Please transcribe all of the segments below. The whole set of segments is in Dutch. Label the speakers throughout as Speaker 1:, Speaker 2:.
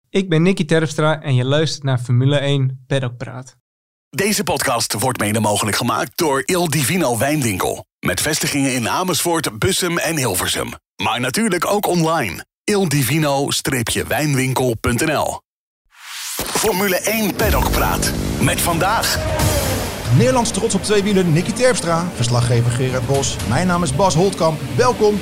Speaker 1: Ik ben Nicky Terpstra en je luistert naar Formule 1 Paddock Praat.
Speaker 2: Deze podcast wordt mede mogelijk gemaakt door Il Divino Wijnwinkel. Met vestigingen in Amersfoort, Bussum en Hilversum. Maar natuurlijk ook online. ildivino-wijnwinkel.nl. Formule 1 Paddock Praat. Met vandaag...
Speaker 3: Nederlands trots op twee wielen, Nicky Terpstra. Verslaggever Gerard Bos. Mijn naam is Bas Holtkamp. Welkom.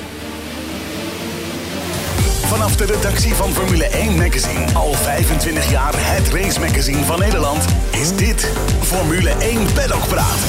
Speaker 2: Vanaf de redactie van Formule 1 Magazine, al 25 jaar het race magazine van Nederland, is dit Formule 1 Paddock Praat.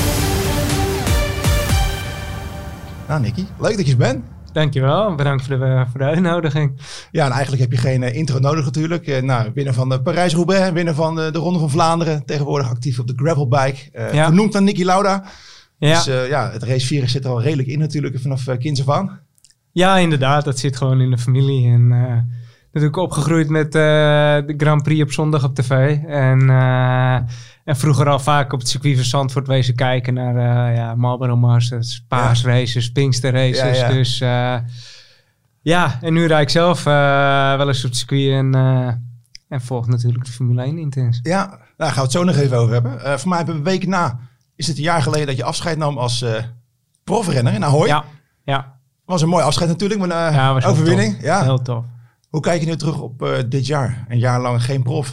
Speaker 3: Nou Nicky, leuk dat je er bent.
Speaker 1: Dankjewel, bedankt voor de uitnodiging.
Speaker 3: Ja, en eigenlijk heb je geen intro nodig natuurlijk. Winnaar van de Parijs-Roubaix, winnaar van de Ronde van Vlaanderen. Tegenwoordig actief op de gravelbike. Vernoemd aan Niki Lauda. Ja. Dus het racevirus zit er al redelijk in natuurlijk vanaf kinds af aan.
Speaker 1: Ja, inderdaad. Dat zit gewoon in de familie. En natuurlijk opgegroeid met de Grand Prix op zondag op tv. En vroeger al vaak op het circuit van Zandvoort wezen kijken naar Marlboro Masters, paasraces, Pinkster races. Ja. Dus en nu rijd ik zelf wel eens op het circuit en volg natuurlijk de Formule 1 intens.
Speaker 3: Ja, daar gaan we het zo nog even over hebben. Voor mij hebben we een week na, is het een jaar geleden dat je afscheid nam als profrenner in Ahoy. Ja. Was een mooi afscheid natuurlijk, met een overwinning.
Speaker 1: Tof. Ja, heel tof.
Speaker 3: Hoe kijk je nu terug op dit jaar? Een jaar lang geen prof.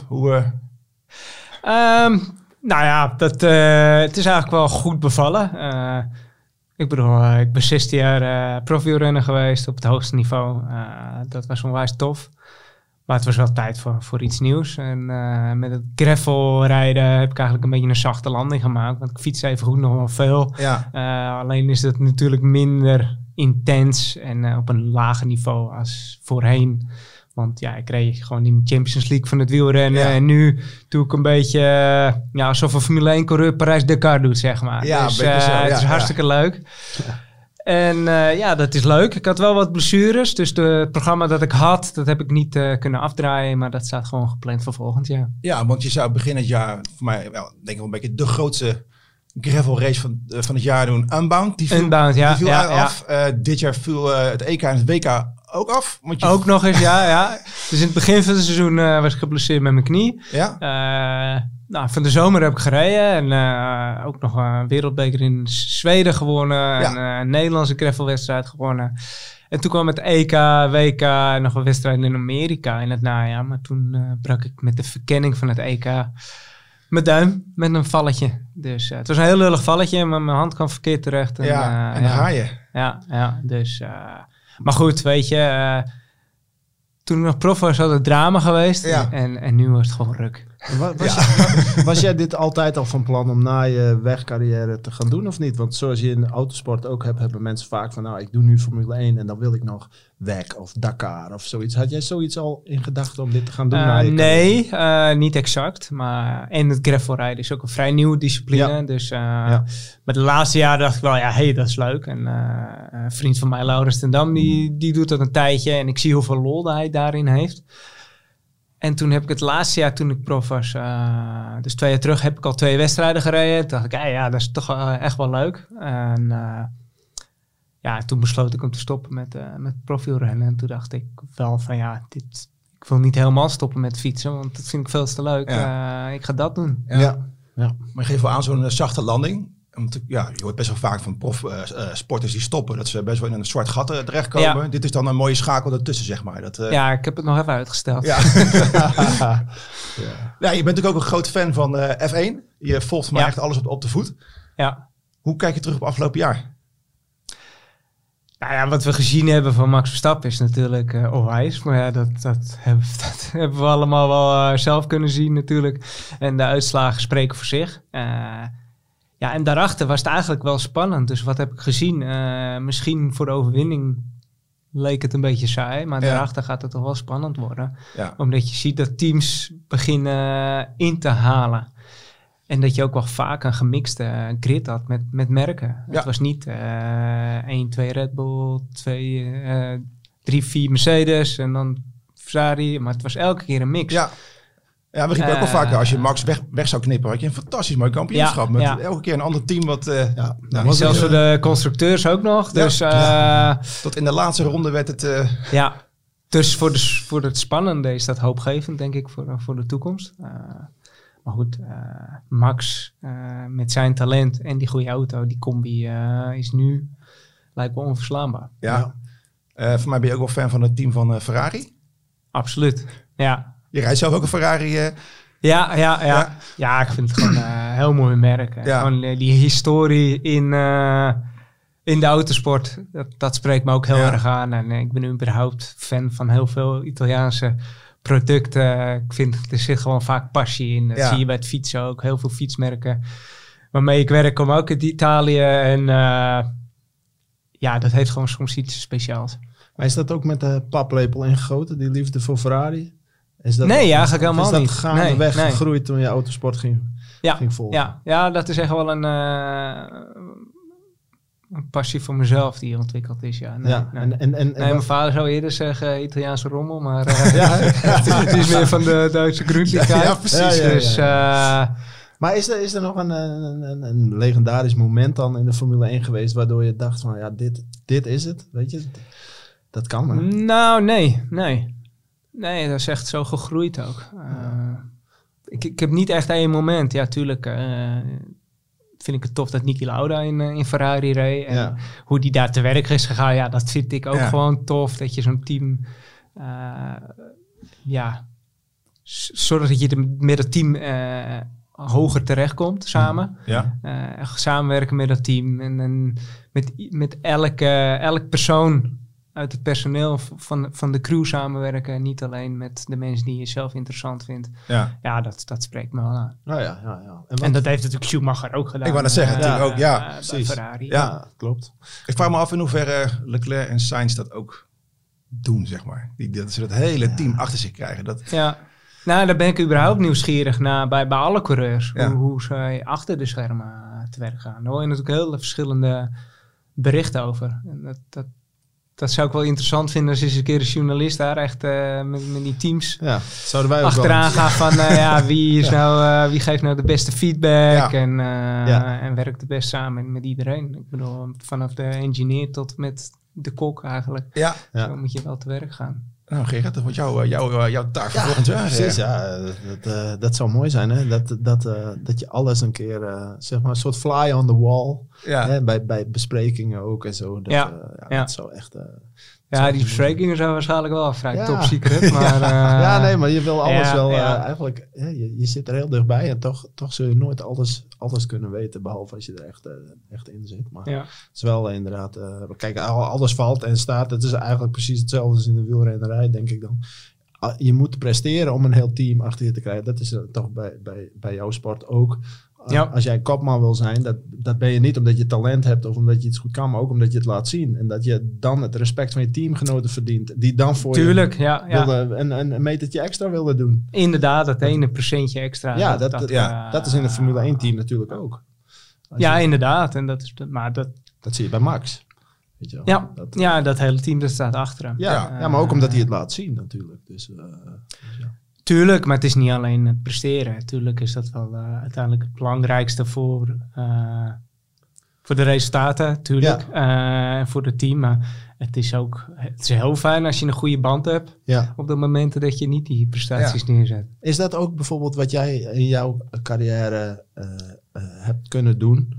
Speaker 1: Het is eigenlijk wel goed bevallen. Ik ben 16 jaar profielrenner geweest op het hoogste niveau. Dat was onwijs tof. Maar het was wel tijd voor iets nieuws. En met het gravelrijden heb ik eigenlijk een beetje een zachte landing gemaakt. Want ik fiets even goed nog wel veel. Ja. Alleen is het natuurlijk minder intens en op een lager niveau als voorheen. Want ik reed gewoon in de Champions League van het wielrennen. Ja. En nu doe ik een beetje alsof een Formule 1 coureur Parijs-Dakar doet, zeg maar. Ja, dus het is hartstikke leuk. Ja. En dat is leuk. Ik had wel wat blessures. Dus het programma dat ik had, dat heb ik niet kunnen afdraaien. Maar dat staat gewoon gepland voor volgend jaar. Ja,
Speaker 3: want je zou begin het jaar, voor mij denk ik wel een beetje de grootste gravel race van het jaar doen. Unbound. Die viel af. Dit jaar viel het EK en het WK ook af.
Speaker 1: Ook nog eens, ja. Dus in het begin van het seizoen was ik geblesseerd met mijn knie. Ja. Van de zomer heb ik gereden. En ook nog een wereldbeker in Zweden gewonnen. En een Nederlandse gravelwedstrijd gewonnen. En toen kwam het EK, WK en nog een wedstrijd in Amerika in het najaar. Maar toen brak ik met de verkenning van het EK mijn duim met een valletje. Dus het was een heel lullig valletje. Maar mijn hand kwam verkeerd terecht. En
Speaker 3: dan ga je.
Speaker 1: Ja, dus... maar goed, weet je, toen ik nog prof was, had het drama geweest. Ja. En nu was het gewoon ruk.
Speaker 4: Was jij dit altijd al van plan om na je wegcarrière te gaan doen of niet? Want zoals je in de autosport ook hebt, hebben mensen vaak van... ik doe nu Formule 1 en dan wil ik nog WEC of Dakar of zoiets. Had jij zoiets al in gedachten om dit te gaan doen?
Speaker 1: Nee, niet exact. En het gravelrijden is ook een vrij nieuwe discipline. Ja. Dus maar de laatste jaren dacht ik wel, dat is leuk. En een vriend van mij, Laurens ten Dam, die doet dat een tijdje. En ik zie hoeveel lol hij daarin heeft. En toen heb ik het laatste jaar, toen ik prof was, dus 2 jaar terug, heb ik al 2 wedstrijden gereden. Toen dacht ik, dat is toch echt wel leuk. En toen besloot ik om te stoppen met profielrennen. En toen dacht ik wel van, ik wil niet helemaal stoppen met fietsen, want dat vind ik veel te leuk. Ja. Ik ga dat doen.
Speaker 3: Ja. Maar geef wel aan zo'n zachte landing. Want je hoort best wel vaak van sporters die stoppen, dat ze best wel in een zwart gat terechtkomen. Ja. Dit is dan een mooie schakel ertussen, zeg maar.
Speaker 1: Ik heb het nog even uitgesteld.
Speaker 3: Ja. Je bent natuurlijk ook een groot fan van F1. Je volgt voor mij echt alles op de voet. Ja. Hoe kijk je terug op afgelopen jaar?
Speaker 1: Wat we gezien hebben van Max Verstappen is natuurlijk onwijs. Maar dat hebben we allemaal wel zelf kunnen zien natuurlijk. En de uitslagen spreken voor zich. En daarachter was het eigenlijk wel spannend. Dus wat heb ik gezien? Misschien voor de overwinning leek het een beetje saai. Maar daarachter gaat het toch wel spannend worden. Ja. Omdat je ziet dat teams beginnen in te halen. En dat je ook wel vaak een gemixte grid had met merken. Ja. Het was niet 1, 2 Red Bull, 2, 3, 4 Mercedes en dan Ferrari. Maar het was elke keer een mix.
Speaker 3: Ja. Ja, we riepen ook wel vaker, als je Max weg zou knippen, had je een fantastisch mooi kampioenschap. Met elke keer een ander team wat...
Speaker 1: zelfs voor de constructeurs ook nog. Dus,
Speaker 3: tot in de laatste ronde werd het...
Speaker 1: Dus voor het spannende is dat hoopgevend, denk ik, voor de toekomst. Maar goed, Max met zijn talent en die goede auto, die combi is nu lijkt wel onverslaanbaar.
Speaker 3: Ja. Voor mij ben je ook wel fan van het team van Ferrari.
Speaker 1: Absoluut, ja.
Speaker 3: Je rijdt zelf ook een Ferrari.
Speaker 1: Ja, ik vind het gewoon een heel mooi merk. Ja. Gewoon die historie in de autosport, dat spreekt me ook heel erg aan. En ik ben überhaupt fan van heel veel Italiaanse producten. Ik vind, er zit gewoon vaak passie in. Dat zie je bij het fietsen ook. Heel veel fietsmerken waarmee ik werk komen ook uit Italië. En dat heeft gewoon soms iets speciaals.
Speaker 4: Maar is dat ook met de paplepel ingegoten, die liefde voor Ferrari? Is dat
Speaker 1: eigenlijk helemaal niet.
Speaker 4: Is dat gaandeweg gegroeid toen je autosport ging volgen?
Speaker 1: Ja, dat is echt wel een passie voor mezelf die ontwikkeld is. Ja. Mijn vader zou eerder zeggen Italiaanse rommel, maar het is meer van de Duitse Grundlichkeit.
Speaker 3: Ja, precies.
Speaker 1: Dus,
Speaker 4: maar is er nog een legendarisch moment dan in de Formule 1 geweest waardoor je dacht van dit is het, weet je? Dat kan maar.
Speaker 1: Nou, nee. Nee, dat is echt zo gegroeid ook. Ik heb niet echt één moment. Ja, tuurlijk vind ik het tof dat Niki Lauda in Ferrari reed. En hoe die daar te werk is gegaan, dat vind ik ook gewoon tof. Dat je zo'n team... zorg dat je met het team hoger terechtkomt samen. Samenwerken met dat team. En met elk persoon uit het personeel van de crew samenwerken. Niet alleen met de mensen die je zelf interessant vindt. Ja, dat spreekt me wel aan. En dat heeft natuurlijk Schumacher ook gedaan.
Speaker 3: Ik wou dat zeggen, natuurlijk ook.
Speaker 1: Bij Ferrari.
Speaker 3: Ja, klopt. Ik vraag me af in hoeverre Leclerc en Sainz dat ook doen, zeg maar. Dat ze het hele team achter zich krijgen.
Speaker 1: Nou, daar ben ik überhaupt nieuwsgierig naar bij alle coureurs. Hoe zij achter de schermen te werk gaan. Daar hoor je natuurlijk heel verschillende berichten over. En dat zou ik wel interessant vinden als eens een keer een journalist daar echt met die teams
Speaker 4: zouden wij ook
Speaker 1: achteraan gaan van wie geeft nou de beste feedback en werkt het best samen met iedereen. Ik bedoel, vanaf de engineer tot met de kok eigenlijk. Zo moet je wel te werk gaan.
Speaker 3: Nou Gerard, dat wordt jouw taak voor volgend jaar.
Speaker 4: Precies, dat zou mooi zijn. Hè? Dat je alles een keer, zeg maar, een soort fly on the wall. Hè? Bij besprekingen ook en zo. Dat zou echt...
Speaker 1: die besprekingen zijn waarschijnlijk wel vrij top secret. Maar,
Speaker 4: maar je wil alles wel eigenlijk... Je zit er heel dichtbij en toch zul je nooit alles kunnen weten. Behalve als je er echt in zit. Maar het is wel inderdaad... kijk, alles valt en staat. Het is eigenlijk precies hetzelfde als in de wielrennerij, denk ik dan. Je moet presteren om een heel team achter je te krijgen. Dat is toch bij jouw sport ook. Als jij kopman wil zijn, dat ben je niet omdat je talent hebt of omdat je iets goed kan, maar ook omdat je het laat zien. En dat je dan het respect van je teamgenoten verdient, die dan voor je een metertje extra willen doen.
Speaker 1: Inderdaad, dat ene procentje extra.
Speaker 4: Dat is in een Formule 1 team natuurlijk ook.
Speaker 1: Inderdaad. En dat
Speaker 4: zie je bij Max. Weet je
Speaker 1: wel. Dat hele team dat staat achter hem.
Speaker 4: Maar ook omdat hij het laat zien natuurlijk. Dus,
Speaker 1: Tuurlijk, maar het is niet alleen het presteren. Tuurlijk is dat wel uiteindelijk het belangrijkste voor de resultaten, tuurlijk. Voor het team. Maar het is heel fijn als je een goede band hebt op de momenten dat je niet die prestaties neerzet.
Speaker 4: Is dat ook bijvoorbeeld wat jij in jouw carrière hebt kunnen doen?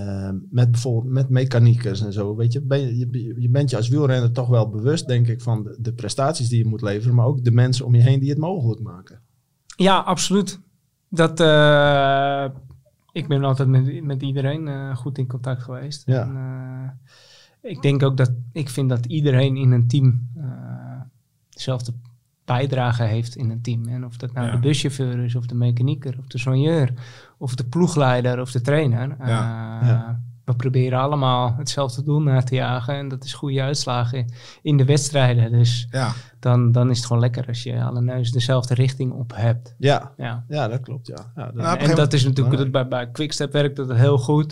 Speaker 4: Met mechaniekers en zo, weet je bent je als wielrenner toch wel bewust, denk ik, van de prestaties die je moet leveren, maar ook de mensen om je heen die het mogelijk maken.
Speaker 1: Ja, absoluut. Ik ben altijd met iedereen goed in contact geweest.
Speaker 4: Ja.
Speaker 1: En, ik denk ook ik vind dat iedereen in een team dezelfde bijdrage heeft in een team. En of dat nou de buschauffeur is, of de mechanieker, of de soigneur, of de ploegleider, of de trainer. We proberen allemaal hetzelfde doel na te jagen. En dat is goede uitslagen in de wedstrijden. Dus dan is het gewoon lekker als je alle neus dezelfde richting op hebt.
Speaker 4: Ja, dat klopt.
Speaker 1: En dat is natuurlijk, bij Quickstep werkt dat heel goed.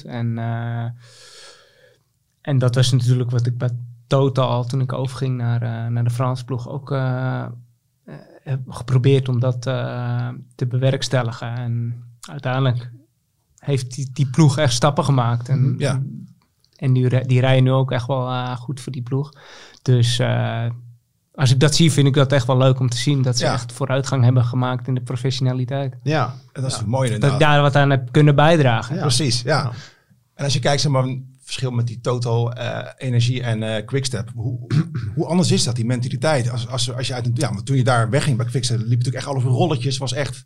Speaker 1: En dat was natuurlijk wat ik bij Total, toen ik overging naar de Franse ploeg, ook heb geprobeerd om dat te bewerkstelligen. En uiteindelijk heeft die ploeg echt stappen gemaakt. En die rijden nu ook echt wel goed voor die ploeg. Dus als ik dat zie, vind ik dat echt wel leuk om te zien. Dat ze echt vooruitgang hebben gemaakt in de professionaliteit.
Speaker 3: Ja, dat is mooi inderdaad.
Speaker 1: Dat ik daar wat aan heb kunnen bijdragen.
Speaker 3: Ja. Precies, ja. En als je kijkt, zeg maar, een verschil met die Total Energie en Quickstep. Hoe anders is dat, die mentaliteit? Als je want toen je daar wegging bij Quickstep, liep natuurlijk echt alles op rolletjes. Was echt...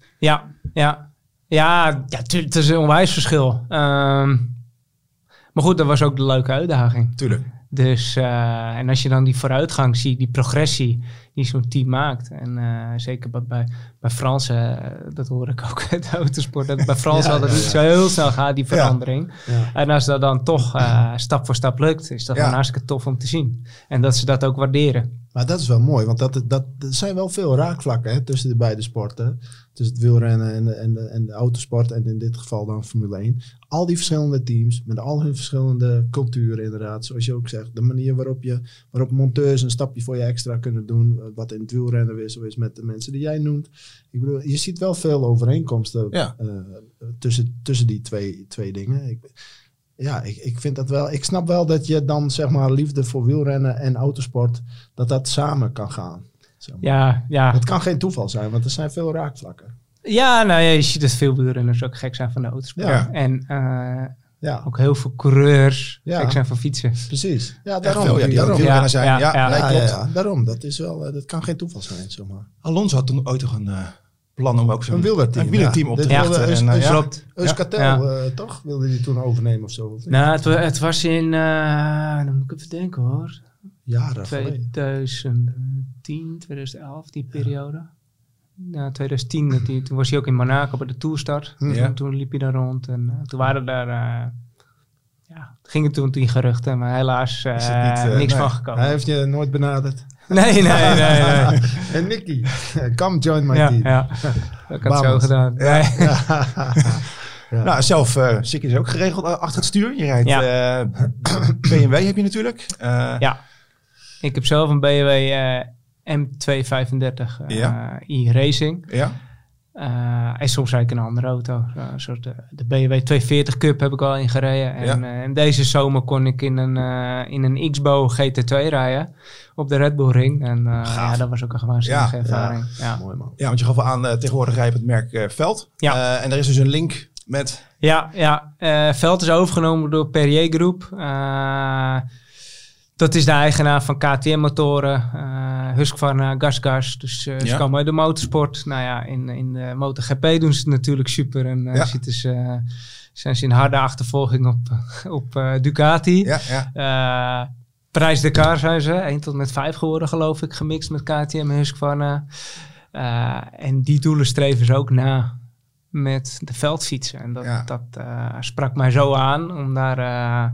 Speaker 1: Ja, het is een onwijs verschil. Maar goed, dat was ook de leuke uitdaging.
Speaker 3: Tuurlijk.
Speaker 1: Dus, en als je dan die vooruitgang ziet, die progressie die zo'n team maakt. En zeker bij Fransen, dat hoor ik ook uit de autosport, dat bij Fransen altijd niet zo heel snel gaat, die verandering. Ja. En als dat dan toch stap voor stap lukt, is dat gewoon hartstikke tof om te zien. En dat ze dat ook waarderen.
Speaker 4: Maar dat is wel mooi, want er zijn wel veel raakvlakken tussen de beide sporten. Tussen het wielrennen en de autosport en in dit geval dan Formule 1. Al die verschillende teams met al hun verschillende culturen inderdaad. Zoals je ook zegt, de manier waarop monteurs een stapje voor je extra kunnen doen. Wat in het wielrennen weer zo is met de mensen die jij noemt. Ik bedoel, je ziet wel veel overeenkomsten tussen die twee dingen. Ik vind dat wel. Ik snap wel dat je dan zeg maar liefde voor wielrennen en autosport, dat samen kan gaan. Zeg maar.
Speaker 1: Ja.
Speaker 4: Het kan geen toeval zijn, want er zijn veel raakvlakken.
Speaker 1: Ja, nou ja, je ziet dat veel wielrenners ook gek zijn van de autosport. Ja. En ook heel veel coureurs gek zijn van fietsen.
Speaker 4: Precies. Ja,
Speaker 3: daarom. Wielrenner zijn.
Speaker 4: Klopt. Daarom. Dat is wel. Dat kan geen toeval zijn, zeg maar.
Speaker 3: Alonso had toen ooit toch een plan om ook zo'n
Speaker 4: wielerteam
Speaker 3: op te richten.
Speaker 1: Klopt.
Speaker 4: Euskartel, toch? Wilde die toen overnemen of zo?
Speaker 1: Nou, het was in, dan moet ik even denken hoor.
Speaker 4: Jaren
Speaker 1: 2010, 2011, die periode. Ja, 2010, toen was hij ook in Monaco bij de Tourstart. Toen liep hij daar rond en toen waren daar... gingen toen die geruchten, maar helaas niks van gekomen.
Speaker 4: Hij heeft je nooit benaderd?
Speaker 1: Nee.
Speaker 4: En Nicky, come join my team.
Speaker 1: Ja, ik had het zo gedaan. Nee.
Speaker 3: Nou, zelf zit je dus ook geregeld achter het stuur. Je rijdt BMW heb je natuurlijk.
Speaker 1: Ik heb zelf een BMW M235 e-racing. Ja. En soms rijd ik een andere auto. Een soort de BMW 240 Cup heb ik al in gereden. En deze zomer kon ik in een Xbo GT2 rijden. Op de Red Bull Ring. En dat was ook een waanzinnige ervaring. Ja.
Speaker 3: Mooi man. Ja, want je gaf al aan tegenwoordig rijden het merk Veld. Ja. En er is dus een link met...
Speaker 1: Veld is overgenomen door Perrier Groep. Dat is de eigenaar van KTM-motoren, Husqvarna, GasGas. Dus ze komen uit de motorsport. Nou ja, in de MotoGP doen ze het natuurlijk super. En zijn ze in harde achtervolging op Ducati. Parijs-Dakar zijn ze. 1 tot met 5 geworden, geloof ik, gemixt met KTM en Husqvarna. En die doelen streven ze ook na met de veldfietsen. En dat sprak mij zo aan om daar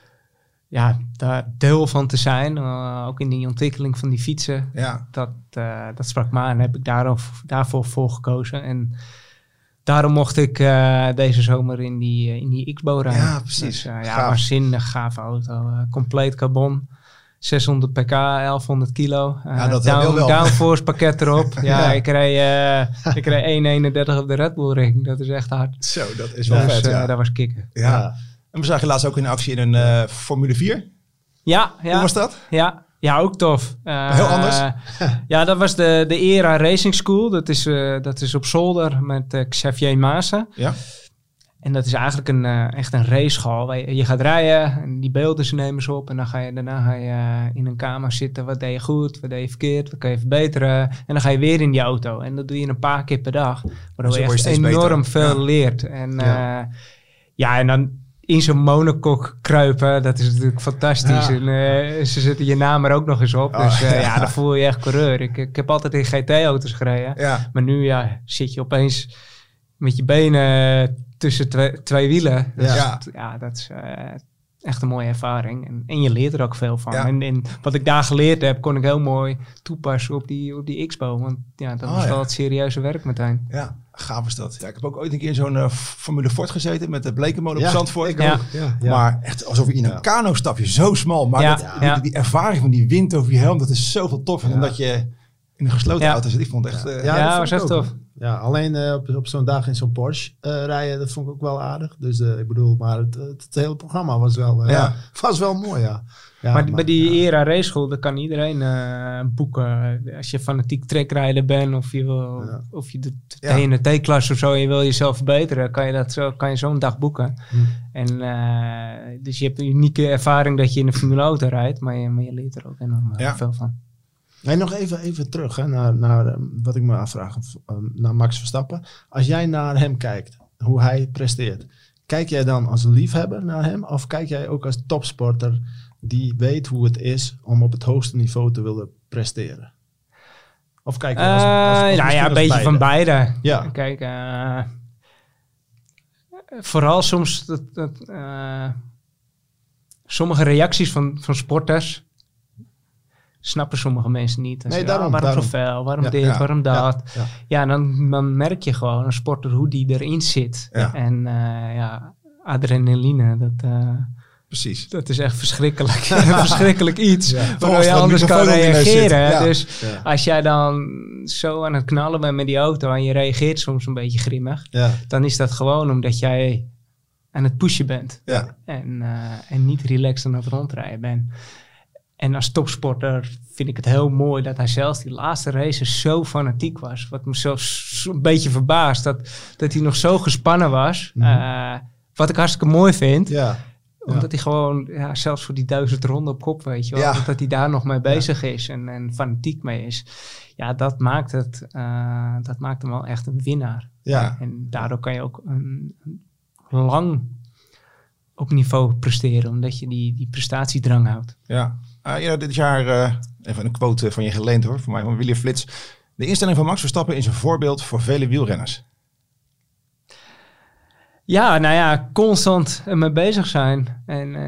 Speaker 1: deel van te zijn. Ook in die ontwikkeling van die fietsen. Ja. Dat sprak me aan en heb ik daarvoor voor gekozen. En daarom mocht ik deze zomer in die Xbo rijden.
Speaker 3: Ja, precies.
Speaker 1: Dus, waanzinnig gave auto. Compleet carbon. 600 pk, 1100 kilo. Downforce pakket erop. Ik reed 1.31 op de Red Bull Ring. Dat is echt hard.
Speaker 3: Zo, dat is wel vet.
Speaker 1: Dat was kicken.
Speaker 3: Ja. En we zagen laatst ook in actie in een Formule 4.
Speaker 1: Ja.
Speaker 3: Hoe was dat?
Speaker 1: Ja, ook tof.
Speaker 3: Heel anders?
Speaker 1: Dat was de ERA Racing School. Dat is op zolder met Xavier Maassen. Ja. En dat is eigenlijk echt een racehal. Je gaat rijden en die beelden ze nemen ze op. En dan daarna ga je in een kamer zitten. Wat deed je goed, wat deed je verkeerd, wat kan je verbeteren. En dan ga je weer in die auto. En dat doe je een paar keer per dag. Waardoor je echt enorm veel leert. En en dan in zo'n monocoque kruipen, dat is natuurlijk fantastisch. Ja. En ze zetten je naam er ook nog eens op. Dus dan voel je echt coureur. Ik heb altijd in GT-auto's gereden. Ja. Maar nu zit je opeens met je benen tussen twee wielen. Dus dat is echt een mooie ervaring. En je leert er ook veel van. Ja. En wat ik daar geleerd heb, kon ik heel mooi toepassen op die Xbo. Want dat was wel het serieuze werk meteen.
Speaker 3: Ja, gaaf is dat. Ja, ik heb ook ooit een keer in zo'n Formule Ford gezeten met de Blekenmolen op Zandvoort. Maar echt alsof je in een kano stap, je zo smal. Maar die ervaring van die wind over je helm, dat is zoveel tof. En dat je in een gesloten auto zit. Ik vond het echt...
Speaker 1: was echt tof.
Speaker 4: Ja, alleen op zo'n dag in zo'n Porsche rijden, dat vond ik ook wel aardig. Dus ik bedoel, maar het hele programma was wel mooi, ja. Ja,
Speaker 1: maar bij die ERA Race School, dat kan iedereen boeken. Als je fanatiek trekrijder bent of je wil, of je de TNT-klas of zo, en je wil jezelf verbeteren, kan je zo'n dag boeken. En dus je hebt een unieke ervaring dat je in een Formule Auto rijdt, maar je leert er ook enorm veel van.
Speaker 4: Nee, nog even terug hè, naar wat ik me afvraag, naar Max Verstappen. Als jij naar hem kijkt, hoe hij presteert, kijk jij dan als liefhebber naar hem of kijk jij ook als topsporter die weet hoe het is om op het hoogste niveau te willen presteren? Of kijk je als
Speaker 1: een beetje beide. Van beide.
Speaker 4: Ja.
Speaker 1: Kijk, vooral soms sommige reacties van sporters snappen sommige mensen niet.
Speaker 4: Nee, daarom.
Speaker 1: Waarom zoveel? Waarom dit? Waarom dat? Ja, dan merk je gewoon een sporter hoe die erin zit.
Speaker 3: Ja.
Speaker 1: En adrenaline,
Speaker 3: precies.
Speaker 1: Dat is echt verschrikkelijk. Verschrikkelijk iets. Waardoor je anders kan reageren. Dus als jij dan zo aan het knallen bent met die auto en je reageert soms een beetje grimmig, dan is dat gewoon omdat jij aan het pushen bent.
Speaker 3: Ja.
Speaker 1: En niet relaxed aan het rondrijden bent. En als topsporter vind ik het heel mooi dat hij zelfs die laatste races zo fanatiek was. Wat me zelfs een beetje verbaast. Dat hij nog zo gespannen was. Wat ik hartstikke mooi vind.
Speaker 4: Ja.
Speaker 1: Omdat hij gewoon, zelfs voor die 1000 ronden op kop, weet je wel. Dat hij daar nog mee bezig is en fanatiek mee is. Ja, dat maakt hem wel echt een winnaar.
Speaker 3: Ja.
Speaker 1: En daardoor kan je ook lang op niveau presteren. Omdat je die prestatiedrang houdt.
Speaker 3: Ja. Dit jaar, even een quote van je geleend hoor, van mij, van William Flits. De instelling van Max Verstappen is een voorbeeld voor vele wielrenners.
Speaker 1: Ja, constant ermee bezig zijn.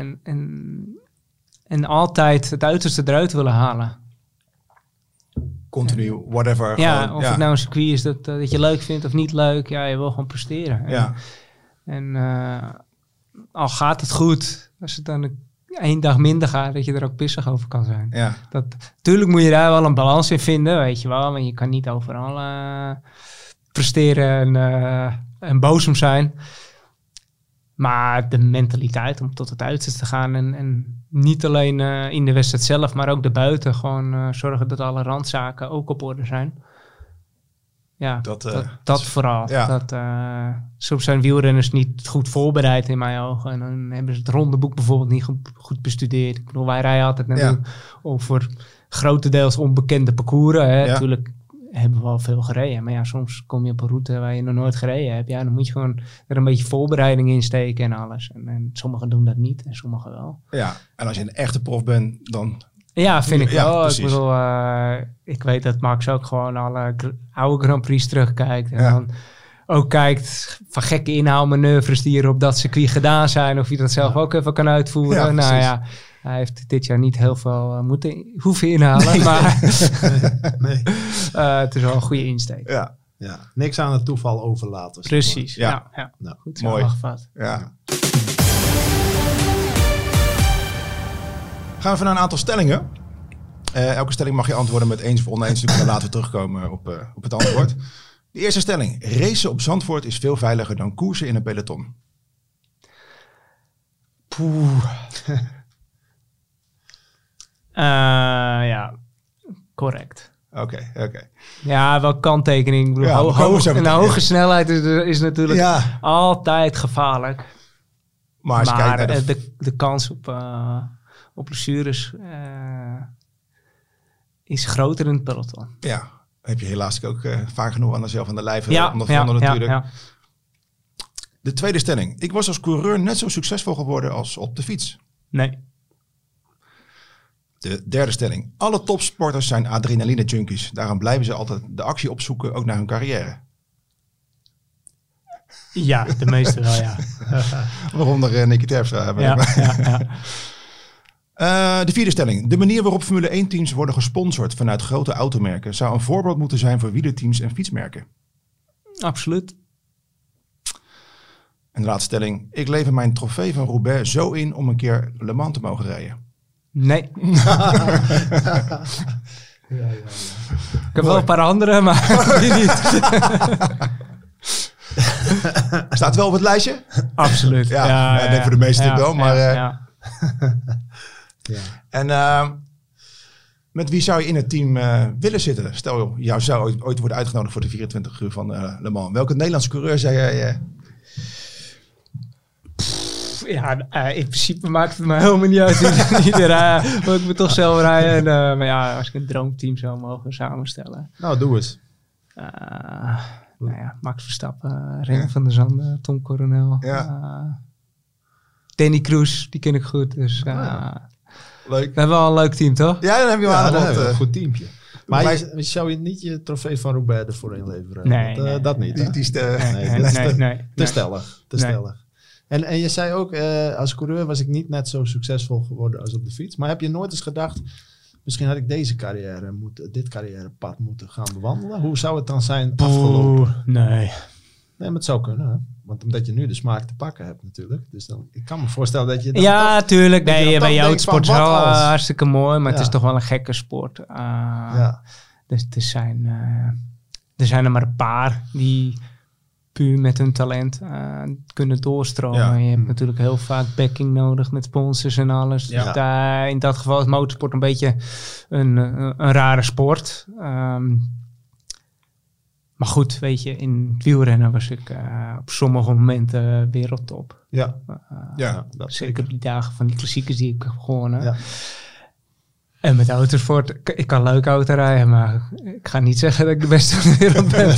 Speaker 1: En altijd het uiterste eruit willen halen.
Speaker 3: Continu, whatever.
Speaker 1: Ja,
Speaker 3: gewoon,
Speaker 1: het nou een circuit is dat je leuk vindt of niet leuk. Ja, je wil gewoon presteren. En al gaat het goed, als het dan 1 dag minder gaat, dat je er ook pissig over kan zijn.
Speaker 3: Ja.
Speaker 1: Tuurlijk moet je daar wel een balans in vinden, weet je wel. Want je kan niet overal presteren en boos om zijn. Maar de mentaliteit om tot het uiterste te gaan en niet alleen in de wedstrijd zelf, maar ook daarbuiten. Gewoon zorgen dat alle randzaken ook op orde zijn. Ja, dat vooral. Ja. Soms zijn wielrenners niet goed voorbereid in mijn ogen. En dan hebben ze het rondeboek bijvoorbeeld niet goed bestudeerd. Ik bedoel, wij rijden altijd natuurlijk over grotendeels onbekende parcours. Hè. Natuurlijk hebben we al veel gereden. Maar soms kom je op een route waar je nog nooit gereden hebt. Ja, dan moet je gewoon er een beetje voorbereiding in steken en alles. En sommigen doen dat niet en sommigen wel. Ja,
Speaker 3: en als je een echte prof bent, dan...
Speaker 1: Ja, vind ik wel. Ik bedoel, ik weet dat Max ook gewoon alle oude Grand Prix terugkijkt. En dan ook kijkt van gekke inhaalmanoeuvres die er op dat circuit gedaan zijn. Of hij dat zelf ook even kan uitvoeren. Ja, hij heeft dit jaar niet heel veel hoeven inhalen. Maar het is wel een goede insteek.
Speaker 4: Ja, niks aan het toeval overlaten.
Speaker 1: Precies.
Speaker 3: Ja.
Speaker 1: Goed
Speaker 3: mooi.
Speaker 1: Afgevat.
Speaker 3: Ja. Gaan we even naar een aantal stellingen. Elke stelling mag je antwoorden met eens of oneens. Dus dan laten we terugkomen op het antwoord. De eerste stelling. Racen op Zandvoort is veel veiliger dan koersen in een peloton.
Speaker 1: Ja, correct.
Speaker 3: Oké.
Speaker 1: Ja, wel kanttekening. Ik bedoel, een hoge snelheid is natuurlijk altijd gevaarlijk.
Speaker 3: Maar als je kijkt naar
Speaker 1: de kans op blessures is groter in het peloton.
Speaker 3: Ja, heb je helaas ook vaak genoeg aan jezelf aan de lijf ondervonden natuurlijk. Ja. De tweede stelling. Ik was als coureur net zo succesvol geworden als op de fiets.
Speaker 1: Nee.
Speaker 3: De derde stelling. Alle topsporters zijn adrenaline junkies. Daarom blijven ze altijd de actie opzoeken, ook naar hun carrière.
Speaker 1: Ja, de meeste wel, ja.
Speaker 3: Waaronder Nicky Terpstra. De vierde stelling. De manier waarop Formule 1 teams worden gesponsord vanuit grote automerken zou een voorbeeld moeten zijn voor wielerteams en fietsmerken.
Speaker 1: Absoluut.
Speaker 3: En de laatste stelling. Ik lever mijn trofee van Roubaix zo in om een keer Le Mans te mogen rijden.
Speaker 1: Nee. Ik heb wel een paar andere, maar die niet.
Speaker 3: Staat wel op het lijstje?
Speaker 1: Absoluut.
Speaker 3: Ja, ik denk voor de meesten wel. Maar,
Speaker 1: ja.
Speaker 3: En met wie zou je in het team willen zitten? Stel, jou zou ooit worden uitgenodigd voor de 24 uur van Le Mans. Welke Nederlandse coureur zou jij...
Speaker 1: in principe maakt het me helemaal niet uit wie er rijdt. Ik moet toch zelf rijden. Maar ja, als ik een droomteam zou mogen samenstellen.
Speaker 4: Nou, doe eens.
Speaker 1: Max Verstappen, René van der Zanden, Tom Coronel. Danny Cruz, die ken ik goed. Dus
Speaker 3: leuk.
Speaker 1: We hebben wel een leuk team, toch?
Speaker 3: Ja, dan heb je wel
Speaker 4: een goed teampje. Maar zou je niet je trofee van Roubaix ervoor inleveren?
Speaker 1: Nee.
Speaker 4: Dat niet.
Speaker 3: Die is
Speaker 4: te stellig. En je zei ook, als coureur was ik niet net zo succesvol geworden als op de fiets. Maar heb je nooit eens gedacht, misschien had ik dit carrièrepad moeten gaan bewandelen? Hoe zou het dan zijn afgelopen?
Speaker 1: Nee,
Speaker 4: maar het zou kunnen, hè? Want omdat je nu de smaak te pakken hebt natuurlijk. Dus dan, ik kan me voorstellen dat je...
Speaker 1: Ja, tuurlijk. Nee, bij jou het sport is wel hartstikke mooi, maar het is toch wel een gekke sport. Dus er zijn er maar een paar die puur met hun talent kunnen doorstromen. Ja. Je hebt natuurlijk heel vaak backing nodig met sponsors en alles. Ja. Dus in dat geval is motorsport een beetje een rare sport. Maar goed, weet je, in het wielrennen was ik op sommige momenten wereldtop. Dat zeker op die dagen van die klassiekers die ik heb gewonnen. Ja. En met autosport, ik kan leuk auto rijden, maar ik ga niet zeggen dat ik de beste van de wereld ben.